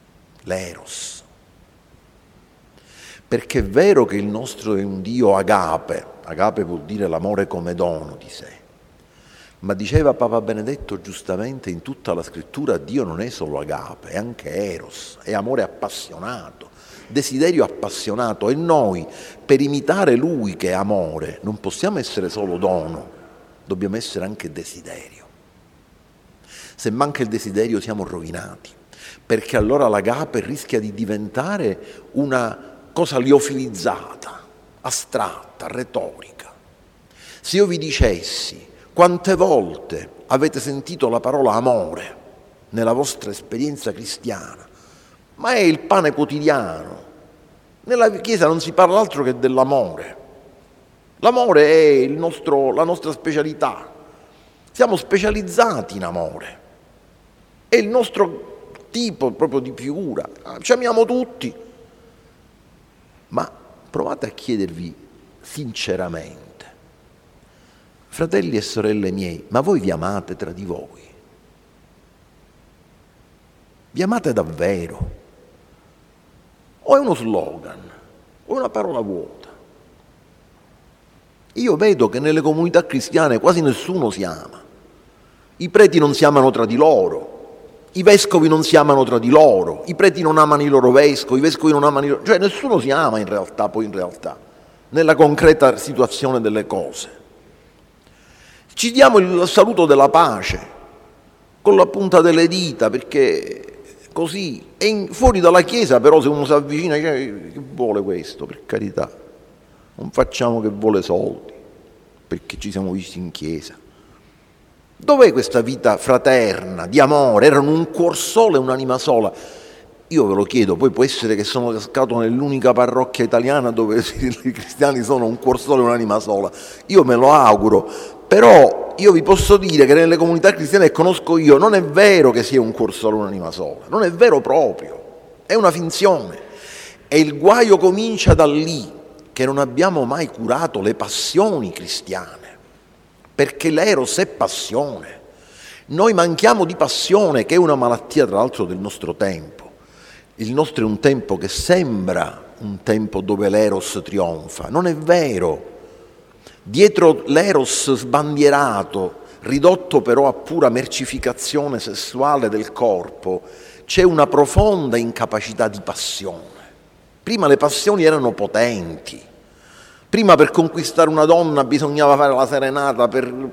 perché è vero che il nostro è un Dio agape vuol dire l'amore come dono di sé, ma diceva Papa Benedetto giustamente in tutta la scrittura: Dio non è solo agape, è anche eros, è amore appassionato, desiderio appassionato, e noi per imitare Lui che è amore non possiamo essere solo dono, dobbiamo essere anche desiderio. Se manca il desiderio siamo rovinati, perché allora l'agape rischia di diventare una cosa liofilizzata, astratta, retorica. Se io vi dicessi quante volte avete sentito la parola amore nella vostra esperienza cristiana, ma è il pane quotidiano. Nella Chiesa non si parla altro che dell'amore. L'amore è la nostra specialità, siamo specializzati in amore, è il nostro tipo proprio di figura, ci amiamo tutti, ma provate a chiedervi sinceramente: fratelli e sorelle miei, ma voi vi amate tra di voi? Vi amate davvero? O è uno slogan, o è una parola vuota? Io vedo che nelle comunità cristiane quasi nessuno si ama. I preti non si amano tra di loro, I vescovi non si amano tra di loro, i preti non amano i loro vescovi, i vescovi non amano i loro... Cioè nessuno si ama in realtà, nella concreta situazione delle cose. Ci diamo il saluto della pace, con la punta delle dita, perché così. E fuori dalla Chiesa però se uno si avvicina, che vuole questo, per carità? Non facciamo che vuole soldi, perché ci siamo visti in Chiesa. Dov'è questa vita fraterna, di amore? Erano un cuor solo e un'anima sola. Io ve lo chiedo, poi può essere che sono cascato nell'unica parrocchia italiana dove i cristiani sono un cuor solo e un'anima sola. Io me lo auguro, però io vi posso dire che nelle comunità cristiane che conosco io non è vero che sia un cuor solo e un'anima sola, non è vero proprio, è una finzione. E il guaio comincia da lì, che non abbiamo mai curato le passioni cristiane. Perché l'eros è passione. Noi manchiamo di passione, che è una malattia tra l'altro del nostro tempo. Il nostro è un tempo che sembra un tempo dove l'eros trionfa. Non è vero. Dietro l'eros sbandierato, ridotto però a pura mercificazione sessuale del corpo, c'è una profonda incapacità di passione. Prima le passioni erano potenti. Prima per conquistare una donna bisognava fare la serenata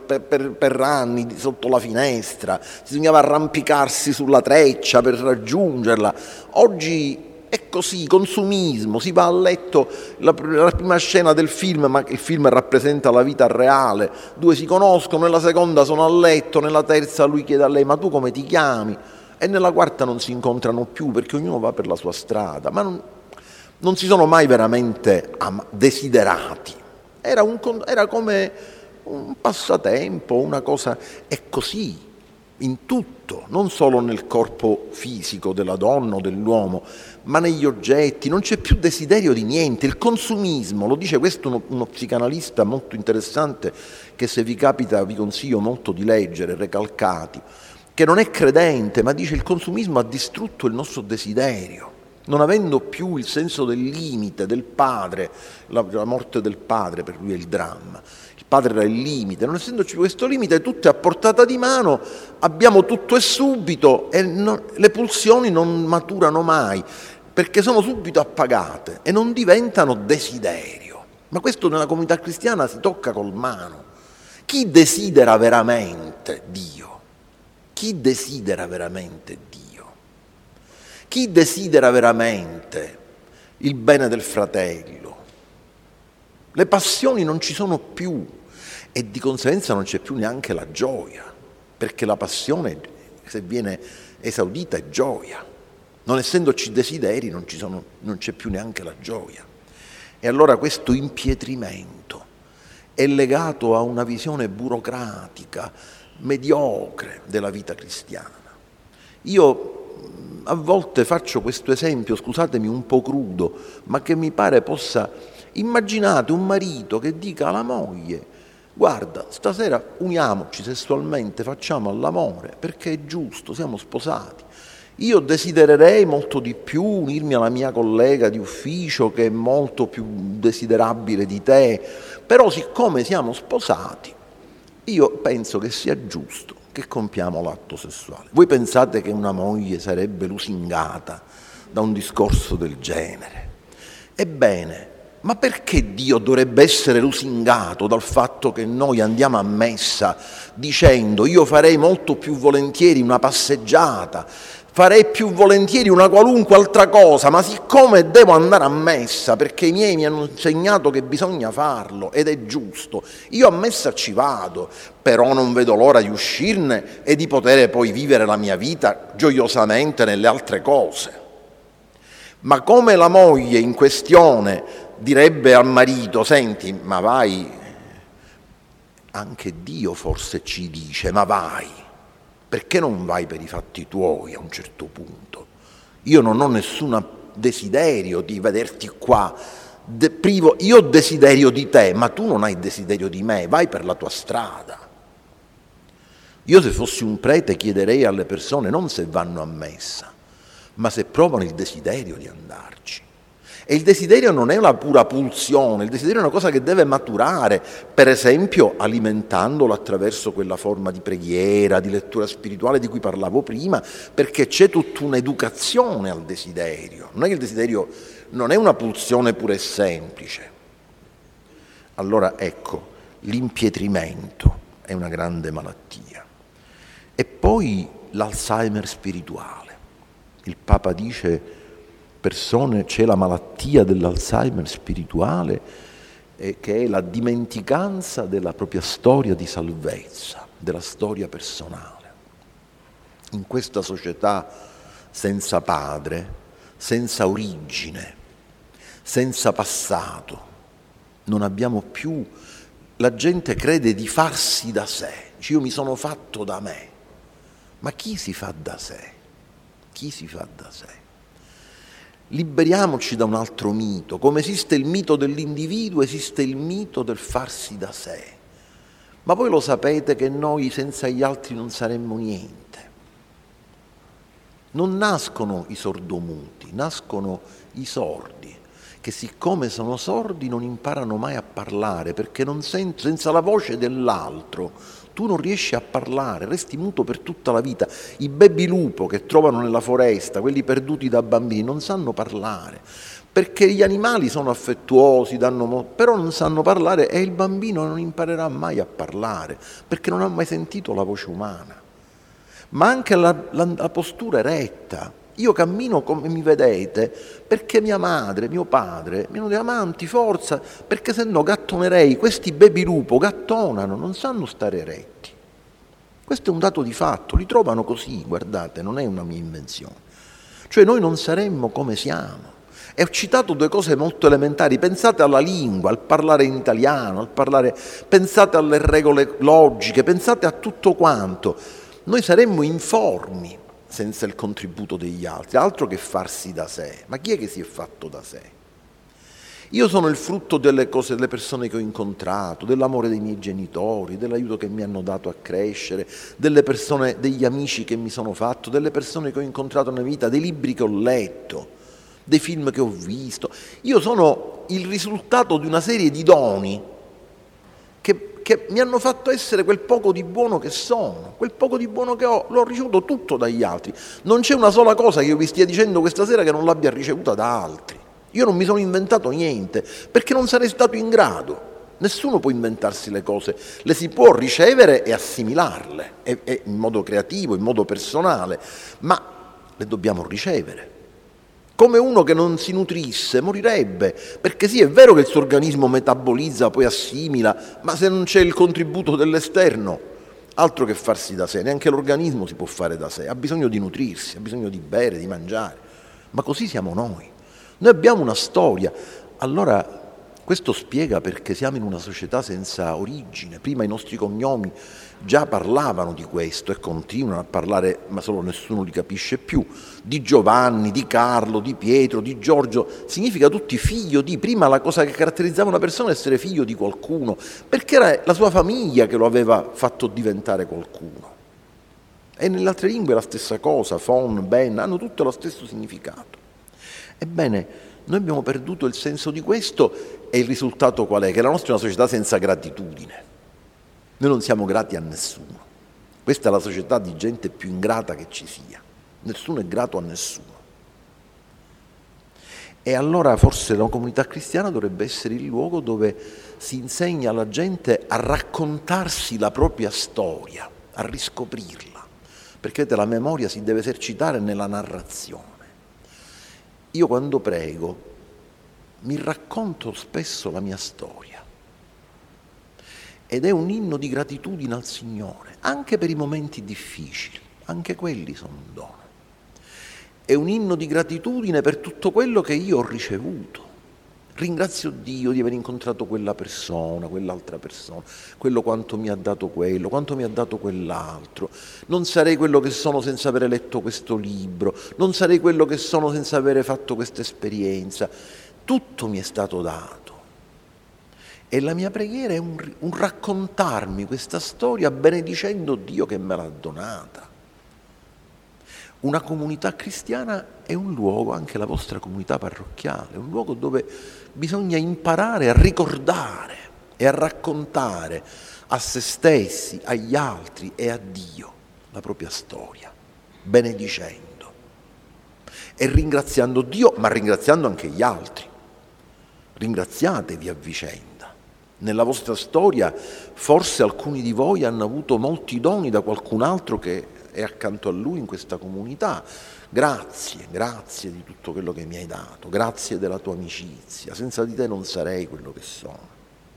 per anni sotto la finestra, bisognava arrampicarsi sulla treccia per raggiungerla. Oggi è così, consumismo, si va a letto, la prima scena del film, ma il film rappresenta la vita reale, due si conoscono, nella seconda sono a letto, nella terza lui chiede a lei ma tu come ti chiami? E nella quarta non si incontrano più perché ognuno va per la sua strada, ma non si sono mai veramente desiderati, era come un passatempo, una cosa, è così in tutto, non solo nel corpo fisico della donna o dell'uomo, ma negli oggetti, non c'è più desiderio di niente, il consumismo, lo dice questo uno psicanalista molto interessante che se vi capita vi consiglio molto di leggere, Recalcati, che non è credente, ma dice il consumismo ha distrutto il nostro desiderio. Non avendo più il senso del limite, del padre, la morte del padre per lui è il dramma, il padre era il limite, non essendoci più questo limite tutto è a portata di mano, abbiamo tutto e subito e le pulsioni non maturano mai perché sono subito appagate e non diventano desiderio. Ma questo nella comunità cristiana si tocca col mano. Chi desidera veramente Dio? Chi desidera veramente Dio? Chi desidera veramente il bene del fratello? Le passioni non ci sono più e di conseguenza non c'è più neanche la gioia, perché la passione, se viene esaudita, è gioia. Non essendoci desideri non c'è più neanche la gioia. E allora questo impietrimento è legato a una visione burocratica, mediocre della vita cristiana. Io a volte faccio questo esempio, scusatemi un po' crudo, ma che mi pare possa... Immaginate un marito che dica alla moglie: guarda, stasera uniamoci sessualmente, facciamo all'amore, perché è giusto, siamo sposati. Io desidererei molto di più unirmi alla mia collega di ufficio che è molto più desiderabile di te, però siccome siamo sposati, io penso che sia giusto che compiamo l'atto sessuale. Voi pensate che una moglie sarebbe lusingata da un discorso del genere? Ebbene, ma perché Dio dovrebbe essere lusingato dal fatto che noi andiamo a messa dicendo io farei molto più volentieri una passeggiata, farei più volentieri una qualunque altra cosa, ma siccome devo andare a messa perché i miei mi hanno insegnato che bisogna farlo ed è giusto, io a messa ci vado, però non vedo l'ora di uscirne e di poter poi vivere la mia vita gioiosamente nelle altre cose. Ma come la moglie in questione direbbe al marito: senti, ma vai, anche Dio forse ci dice, ma vai, perché non vai per i fatti tuoi a un certo punto? Io non ho nessun desiderio di vederti qua, io ho desiderio di te, ma tu non hai desiderio di me, vai per la tua strada. Io se fossi un prete chiederei alle persone non se vanno a messa, ma se provano il desiderio di andarci. E il desiderio non è una pura pulsione, il desiderio è una cosa che deve maturare, per esempio alimentandolo attraverso quella forma di preghiera, di lettura spirituale di cui parlavo prima, perché c'è tutta un'educazione al desiderio. Non è che il desiderio non è una pulsione pura e semplice. Allora ecco, l'impietrimento è una grande malattia. E poi l'Alzheimer spirituale. Il Papa dice, c'è la malattia dell'Alzheimer spirituale, che è la dimenticanza della propria storia di salvezza, della storia personale. In questa società senza padre, senza origine, senza passato, non abbiamo più, la gente crede di farsi da sé, dice io mi sono fatto da me, ma chi si fa da sé? Chi si fa da sé? Liberiamoci da un altro mito, come esiste il mito dell'individuo, esiste il mito del farsi da sé, ma voi lo sapete che noi senza gli altri non saremmo niente. Non nascono i sordomuti, nascono i sordi, che siccome sono sordi non imparano mai a parlare, perché senza la voce dell'altro tu non riesci a parlare, resti muto per tutta la vita. I baby lupo che trovano nella foresta, quelli perduti da bambini, non sanno parlare, perché gli animali sono affettuosi, però non sanno parlare, e il bambino non imparerà mai a parlare, perché non ha mai sentito la voce umana. Ma anche la postura eretta. Io cammino come mi vedete perché mia madre, mio padre mi hanno detto amanti, forza, perché se no gattonerei. Questi baby lupo gattonano, non sanno stare eretti. Questo è un dato di fatto, li trovano così, guardate, non è una mia invenzione. Cioè noi non saremmo come siamo. E ho citato due cose molto elementari, pensate alla lingua, al parlare in italiano, pensate alle regole logiche, pensate a tutto quanto. Noi saremmo informi senza il contributo degli altri, altro che farsi da sé. Ma chi è che si è fatto da sé? Io sono il frutto delle cose, delle persone che ho incontrato, dell'amore dei miei genitori, dell'aiuto che mi hanno dato a crescere, delle persone, degli amici che mi sono fatto, delle persone che ho incontrato nella vita, dei libri che ho letto, dei film che ho visto. Io sono il risultato di una serie di doni che mi hanno fatto essere quel poco di buono che sono, quel poco di buono che ho, l'ho ricevuto tutto dagli altri. Non c'è una sola cosa che io vi stia dicendo questa sera che non l'abbia ricevuta da altri. Io non mi sono inventato niente, perché non sarei stato in grado. Nessuno può inventarsi le cose, le si può ricevere e assimilarle, in modo creativo, in modo personale, ma le dobbiamo ricevere. Come uno che non si nutrisse morirebbe, perché sì, è vero che il suo organismo metabolizza, poi assimila, ma se non c'è il contributo dell'esterno, altro che farsi da sé, neanche l'organismo si può fare da sé, ha bisogno di nutrirsi, ha bisogno di bere, di mangiare, ma così siamo noi. Noi abbiamo una storia, allora questo spiega perché siamo in una società senza origine. Prima i nostri cognomi già parlavano di questo e continuano a parlare, ma solo nessuno li capisce più, di Giovanni, di Carlo, di Pietro, di Giorgio, significa tutti figlio di. Prima la cosa che caratterizzava una persona è essere figlio di qualcuno, perché era la sua famiglia che lo aveva fatto diventare qualcuno. E nelle altre lingue la stessa cosa, fon, ben, hanno tutto lo stesso significato. Ebbene, noi abbiamo perduto il senso di questo e il risultato qual è? Che la nostra è una società senza gratitudine. Noi non siamo grati a nessuno. Questa è la società di gente più ingrata che ci sia. Nessuno è grato a nessuno. E allora forse la comunità cristiana dovrebbe essere il luogo dove si insegna alla gente a raccontarsi la propria storia, a riscoprirla. Perché vedete, la memoria si deve esercitare nella narrazione. Io quando prego mi racconto spesso la mia storia ed è un inno di gratitudine al Signore, anche per i momenti difficili, anche quelli sono un dono. È un inno di gratitudine per tutto quello che io ho ricevuto. Ringrazio Dio di aver incontrato quella persona, quell'altra persona, quello quanto mi ha dato quello, quanto mi ha dato quell'altro. Non sarei quello che sono senza aver letto questo libro, non sarei quello che sono senza aver fatto questa esperienza. Tutto mi è stato dato. E la mia preghiera è un raccontarmi questa storia benedicendo Dio che me l'ha donata. Una comunità cristiana è un luogo, anche la vostra comunità parrocchiale, è un luogo dove bisogna imparare a ricordare e a raccontare a se stessi, agli altri e a Dio la propria storia, benedicendo e ringraziando Dio, ma ringraziando anche gli altri. Ringraziatevi a vicenda. Nella vostra storia forse alcuni di voi hanno avuto molti doni da qualcun altro che è accanto a lui in questa comunità. Grazie di tutto quello che mi hai dato, grazie della tua amicizia, senza di te non sarei quello che sono.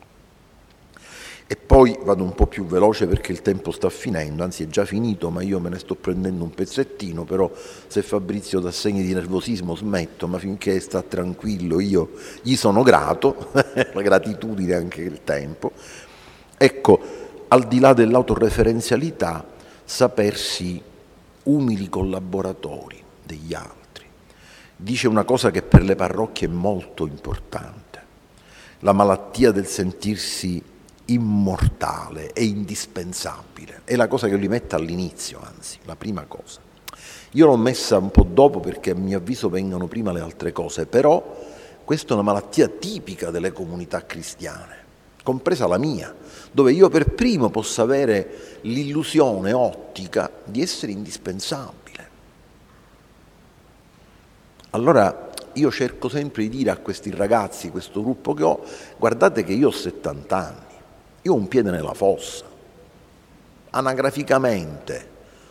E poi vado un po' più veloce perché il tempo sta finendo, anzi è già finito, ma io me ne sto prendendo un pezzettino, però se Fabrizio dà segni di nervosismo smetto, ma finché sta tranquillo io gli sono grato, la gratitudine anche il tempo. Ecco, al di là dell'autoreferenzialità, sapersi umili collaboratori degli altri. Dice una cosa che per le parrocchie è molto importante: la malattia del sentirsi immortale e indispensabile. È la cosa che lui mette all'inizio, anzi, la prima cosa. Io l'ho messa un po' dopo perché a mio avviso vengono prima le altre cose, però questa è una malattia tipica delle comunità cristiane, compresa la mia, dove io per primo posso avere l'illusione ottica di essere indispensabile. Allora io cerco sempre di dire a questi ragazzi, questo gruppo che ho, guardate che io ho 70 anni, io ho un piede nella fossa, anagraficamente,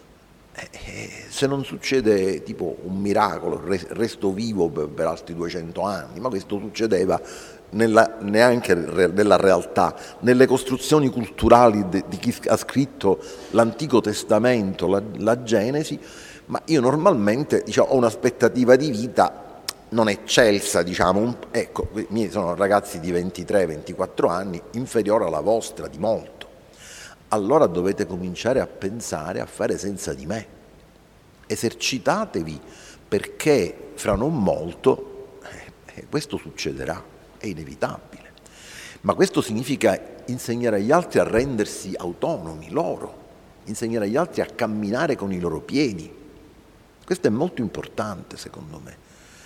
se non succede tipo un miracolo, resto vivo per altri 200 anni, ma questo succedeva neanche nella realtà, nelle costruzioni culturali di chi ha scritto l'Antico Testamento, la Genesi, ma io normalmente ho un'aspettativa di vita non eccelsa, ecco, i miei sono ragazzi di 23-24 anni, inferiore alla vostra di molto. Allora dovete cominciare a pensare a fare senza di me. Esercitatevi perché fra non molto questo succederà, è inevitabile. Ma questo significa insegnare agli altri a rendersi autonomi, loro, insegnare agli altri a camminare con i loro piedi. Questo è molto importante secondo me.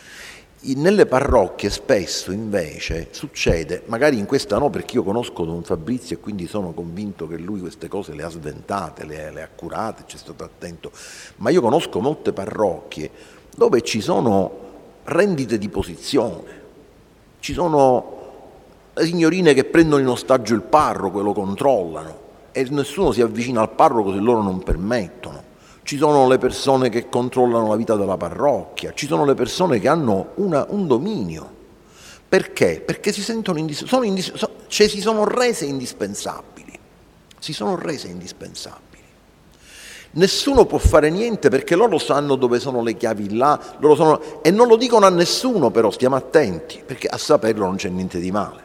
Nelle parrocchie spesso invece succede, magari in questa no perché io conosco Don Fabrizio e quindi sono convinto che lui queste cose le ha sventate, le ha curate, ci è stato attento, ma io conosco molte parrocchie dove ci sono rendite di posizione, ci sono le signorine che prendono in ostaggio il parroco e lo controllano e nessuno si avvicina al parroco se loro non permettono. Ci sono le persone che controllano la vita della parrocchia, ci sono le persone che hanno un dominio. Perché? Perché si sentono si sono rese indispensabili. Si sono rese indispensabili. Nessuno può fare niente perché loro sanno dove sono le chiavi là, e non lo dicono a nessuno, però stiamo attenti, perché a saperlo non c'è niente di male.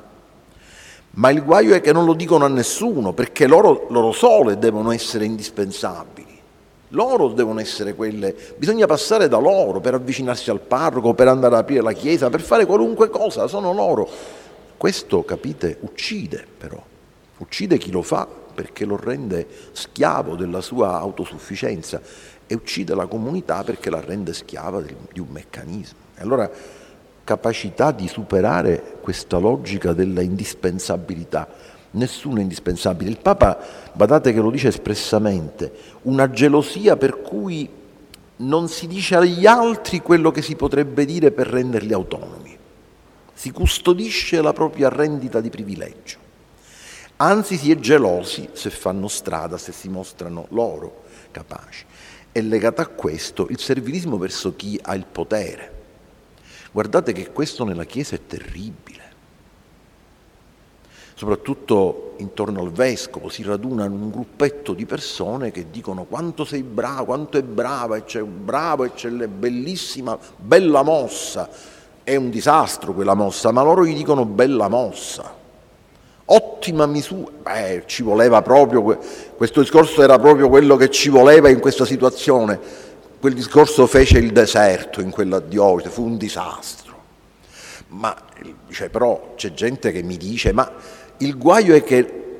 Ma il guaio è che non lo dicono a nessuno, perché loro sole devono essere indispensabili. Loro devono essere quelle, bisogna passare da loro per avvicinarsi al parroco, per andare ad aprire la chiesa, per fare qualunque cosa, sono loro. Questo, capite, uccide però, uccide chi lo fa perché lo rende schiavo della sua autosufficienza e uccide la comunità perché la rende schiava di un meccanismo. E allora capacità di superare questa logica della indispensabilità. Nessuno è indispensabile. Il Papa, badate che lo dice espressamente, una gelosia per cui non si dice agli altri quello che si potrebbe dire per renderli autonomi. Si custodisce la propria rendita di privilegio. Anzi, si è gelosi se fanno strada, se si mostrano loro capaci. È legato a questo il servilismo verso chi ha il potere. Guardate che questo nella Chiesa è terribile. Soprattutto intorno al vescovo si raduna un gruppetto di persone che dicono quanto sei bravo, quanto è brava, e c'è bravo e c'è bellissima, bella mossa. È un disastro quella mossa, ma loro gli dicono bella mossa. Ottima misura. Ci voleva proprio, questo discorso era proprio quello che ci voleva in questa situazione. Quel discorso fece il deserto in quella diocesi, fu un disastro. Ma però c'è gente che mi dice, ma il guaio è che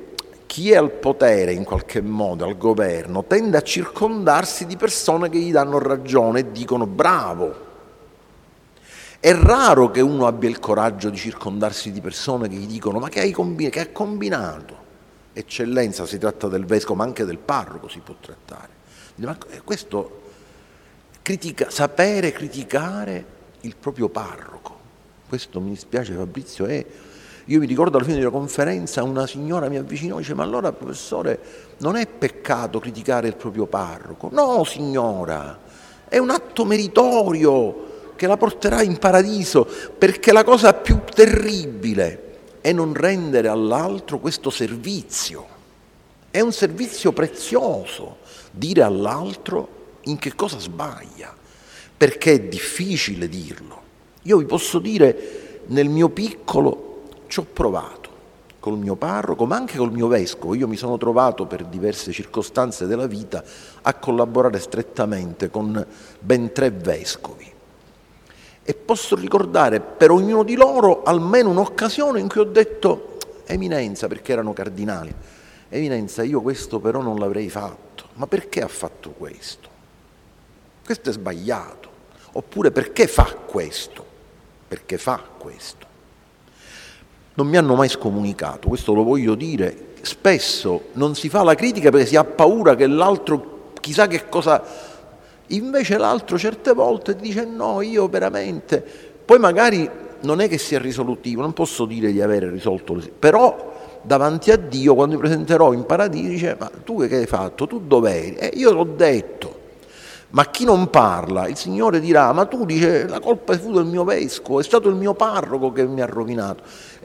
chi è al potere in qualche modo, al governo, tende a circondarsi di persone che gli danno ragione e dicono bravo. È raro che uno abbia il coraggio di circondarsi di persone che gli dicono ma che ha combinato? Eccellenza, si tratta del vescovo, ma anche del parroco si può trattare. Ma questo sapere criticare il proprio parroco, questo mi dispiace Fabrizio, io mi ricordo alla fine di una conferenza una signora mi avvicinò e dice ma allora professore non è peccato criticare il proprio parroco? No signora, è un atto meritorio che la porterà in paradiso, perché la cosa più terribile è non rendere all'altro questo servizio. È un servizio prezioso dire all'altro in che cosa sbaglia, perché è difficile dirlo. Io vi posso dire, nel mio piccolo ci ho provato col mio parroco, ma anche col mio vescovo. Io mi sono trovato per diverse circostanze della vita a collaborare strettamente con ben 3 vescovi. E posso ricordare per ognuno di loro almeno un'occasione in cui ho detto Eminenza, perché erano cardinali, Eminenza, io questo però non l'avrei fatto. Ma perché ha fatto questo? Questo è sbagliato. Oppure perché fa questo? Perché fa questo. Non mi hanno mai scomunicato, questo lo voglio dire. Spesso non si fa la critica perché si ha paura che l'altro chissà che cosa... Invece l'altro certe volte ti dice no, io veramente... Poi magari non è che sia risolutivo, non posso dire di avere risolto, però davanti a Dio quando mi presenterò in paradiso dice ma tu che hai fatto? Tu dov'eri? Io l'ho detto. Ma chi non parla, il Signore dirà ma tu dice la colpa fu del mio vescovo, è stato il mio parroco che mi ha rovinato.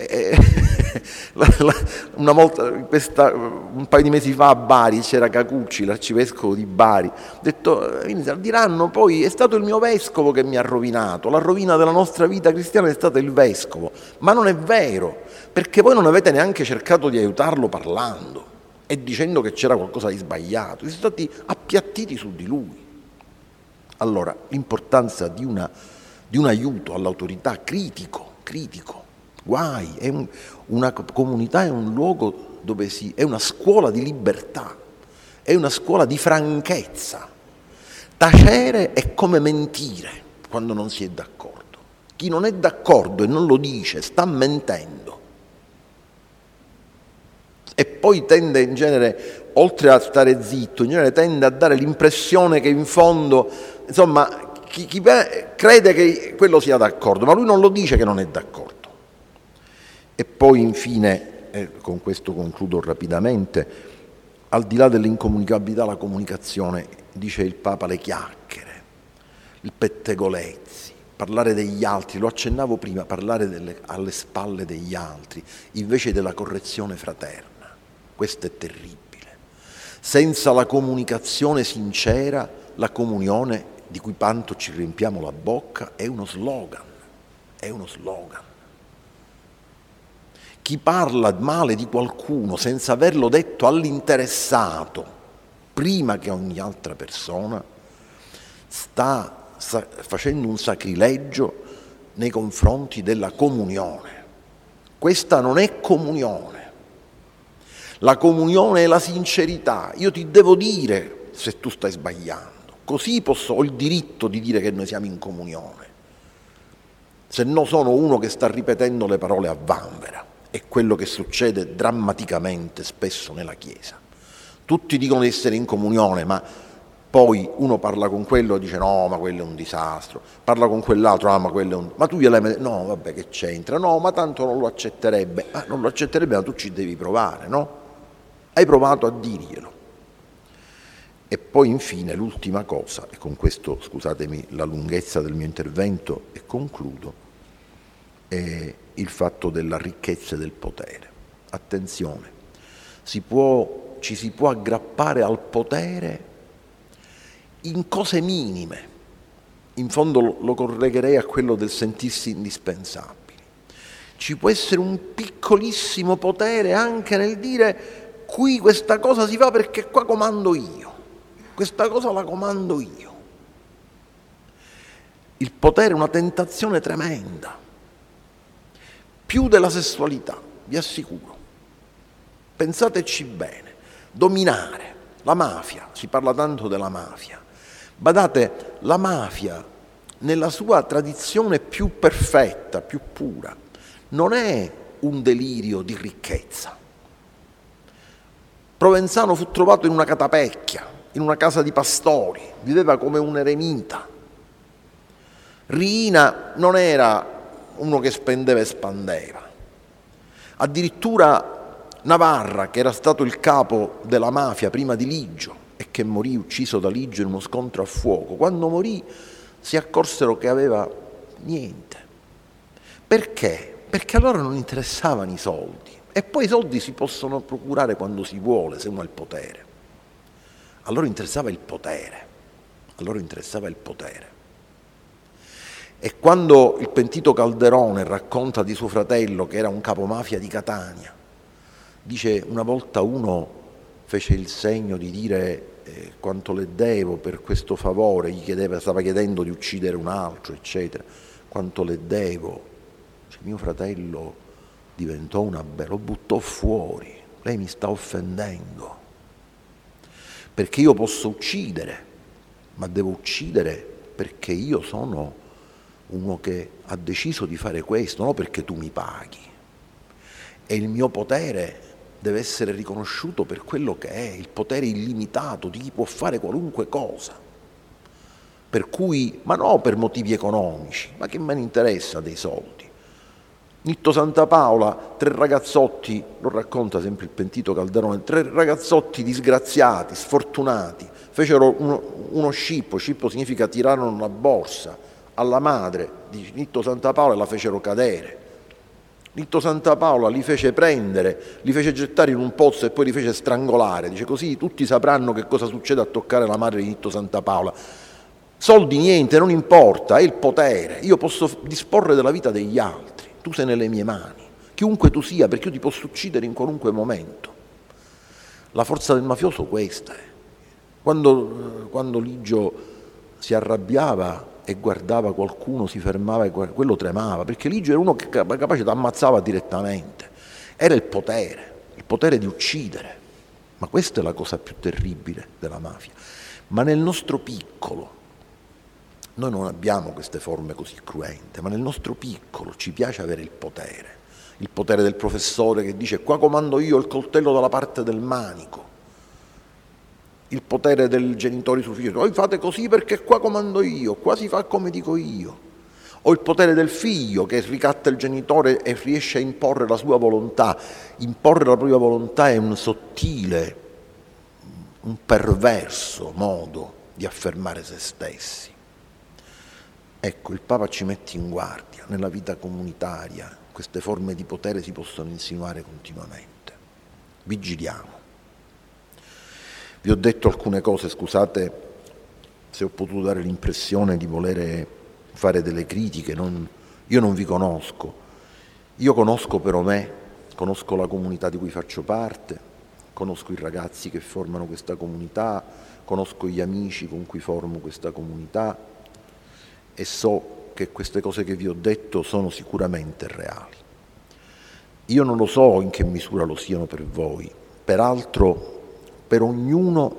Una volta, un paio di mesi fa a Bari c'era Cacucci, l'arcivescovo di Bari, ha detto diranno poi è stato il mio vescovo che mi ha rovinato, la rovina della nostra vita cristiana è stato il vescovo. Ma non è vero, perché voi non avete neanche cercato di aiutarlo parlando e dicendo che c'era qualcosa di sbagliato, siete stati appiattiti su di lui. Allora, l'importanza di un aiuto all'autorità critico, guai, una comunità è un luogo dove è una scuola di libertà, è una scuola di franchezza. Tacere è come mentire quando non si è d'accordo. Chi non è d'accordo e non lo dice sta mentendo. E poi tende in genere, oltre a stare zitto, in genere tende a dare l'impressione che in fondo, insomma, chi crede che quello sia d'accordo, ma lui non lo dice che non è d'accordo. E poi infine, con questo concludo rapidamente, al di là dell'incomunicabilità la comunicazione, dice il Papa, le chiacchiere, il pettegolezzi, parlare degli altri, lo accennavo prima, parlare alle spalle degli altri, invece della correzione fraterna. Questo è terribile. Senza la comunicazione sincera, la comunione di cui tanto ci riempiamo la bocca è uno slogan. Chi parla male di qualcuno senza averlo detto all'interessato prima che ogni altra persona sta facendo un sacrilegio nei confronti della comunione. Questa non è comunione. La comunione è la sincerità. Io ti devo dire se tu stai sbagliando. Così ho il diritto di dire che noi siamo in comunione. Se no sono uno che sta ripetendo le parole a vanvera. È quello che succede drammaticamente spesso nella Chiesa. Tutti dicono di essere in comunione, ma poi uno parla con quello e dice no, ma quello è un disastro. Parla con quell'altro, ma quello è un... Ma tu no, vabbè, che c'entra? No, ma tanto non lo accetterebbe. Non lo accetterebbe, ma tu ci devi provare, no? Hai provato a dirglielo. E poi infine l'ultima cosa, e con questo scusatemi la lunghezza del mio intervento e concludo, è il fatto della ricchezza del potere. Attenzione, ci si può aggrappare al potere in cose minime, in fondo lo collegherei a quello del sentirsi indispensabili. Ci può essere un piccolissimo potere anche nel dire qui questa cosa si fa perché qua comando io, questa cosa la comando io. Il potere è una tentazione tremenda, più della sessualità, vi assicuro. Pensateci bene, dominare, la mafia, si parla tanto della mafia. Badate, la mafia nella sua tradizione più perfetta, più pura, non è un delirio di ricchezza. Provenzano fu trovato in una catapecchia, in una casa di pastori, viveva come un eremita. Riina non era uno che spendeva e spandeva. Addirittura Navarra, che era stato il capo della mafia prima di Ligio e che morì ucciso da Ligio in uno scontro a fuoco, quando morì si accorsero che aveva niente. Perché? Perché a loro non interessavano i soldi. E poi i soldi si possono procurare quando si vuole, se uno ha il potere. A loro interessava il potere. A loro interessava il potere. E quando il pentito Calderone racconta di suo fratello, che era un capomafia di Catania, dice: una volta uno fece il segno di dire quanto le devo per questo favore, stava chiedendo di uccidere un altro, eccetera, quanto le devo. Cioè, mio fratello diventò lo buttò fuori. Lei mi sta offendendo, perché io posso uccidere, ma devo uccidere perché io sono uno che ha deciso di fare questo, non perché tu mi paghi. E il mio potere deve essere riconosciuto per quello che è, il potere illimitato di chi può fare qualunque cosa. Per cui, ma no per motivi economici, ma che me ne interessa dei soldi. Nitto Santapaola, 3 ragazzotti, lo racconta sempre il pentito Calderone, 3 ragazzotti disgraziati, sfortunati, fecero uno scippo significa tirarono una borsa alla madre di Nitto Santapaola e la fecero cadere. Nitto Santapaola li fece prendere, li fece gettare in un pozzo e poi li fece strangolare. Dice: così tutti sapranno che cosa succede a toccare la madre di Nitto Santapaola. Soldi niente, non importa, è il potere. Io posso disporre della vita degli altri. Tu sei nelle mie mani, chiunque tu sia, perché io ti posso uccidere in qualunque momento. La forza del mafioso questa è. Quando Ligio si arrabbiava e guardava qualcuno, si fermava e quello tremava, perché Ligio era uno che capace ti ammazzava direttamente. Era il potere di uccidere. Ma questa è la cosa più terribile della mafia. Ma nel nostro piccolo, noi non abbiamo queste forme così cruente, ma nel nostro piccolo ci piace avere il potere del professore che dice: qua comando io, il coltello dalla parte del manico, il potere del genitore sul figlio: voi fate così perché qua comando io, qua si fa come dico io, o il potere del figlio che ricatta il genitore e riesce a imporre la sua volontà. Imporre la propria volontà è un sottile, un perverso modo di affermare se stessi. Ecco, il Papa ci mette in guardia. Nella vita comunitaria queste forme di potere si possono insinuare continuamente. Vigiliamo. Vi ho detto alcune cose, scusate se ho potuto dare l'impressione di volere fare delle critiche. Io non vi conosco. Io conosco però me, conosco la comunità di cui faccio parte, conosco i ragazzi che formano questa comunità, conosco gli amici con cui formo questa comunità, e so che queste cose che vi ho detto sono sicuramente reali. Io non lo so in che misura lo siano per voi, peraltro per ognuno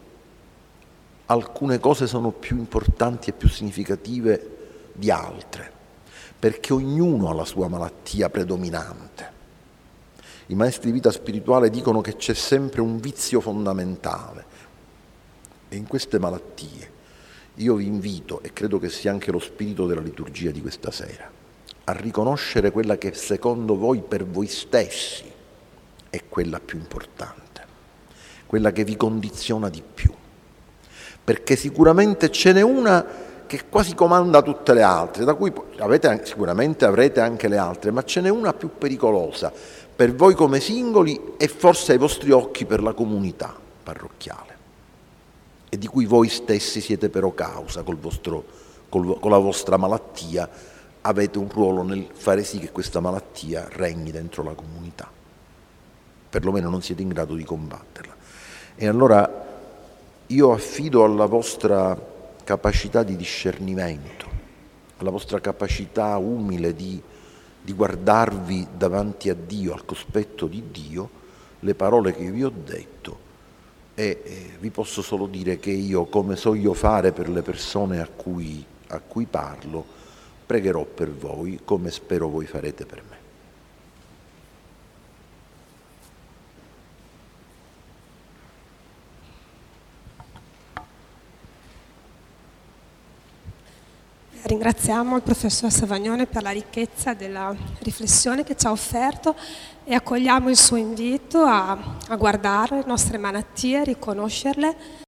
alcune cose sono più importanti e più significative di altre, perché ognuno ha la sua malattia predominante. I maestri di vita spirituale dicono che c'è sempre un vizio fondamentale, e in queste malattie io vi invito, e credo che sia anche lo spirito della liturgia di questa sera, a riconoscere quella che secondo voi, per voi stessi, è quella più importante, quella che vi condiziona di più. Perché sicuramente ce n'è una che quasi comanda tutte le altre, da cui sicuramente avrete anche le altre, ma ce n'è una più pericolosa per voi come singoli e forse ai vostri occhi per la comunità parrocchiale, e di cui voi stessi siete però causa con la vostra malattia, avete un ruolo nel fare sì che questa malattia regni dentro la comunità, perlomeno non siete in grado di combatterla. E allora io affido alla vostra capacità di discernimento, alla vostra capacità umile di guardarvi davanti a Dio, al cospetto di Dio, le parole che vi ho detto e vi posso solo dire che io, come so io fare per le persone a cui parlo, pregherò per voi come spero voi farete per me. Ringraziamo il professor Savagnone per la ricchezza della riflessione che ci ha offerto e accogliamo il suo invito a guardare le nostre malattie, a riconoscerle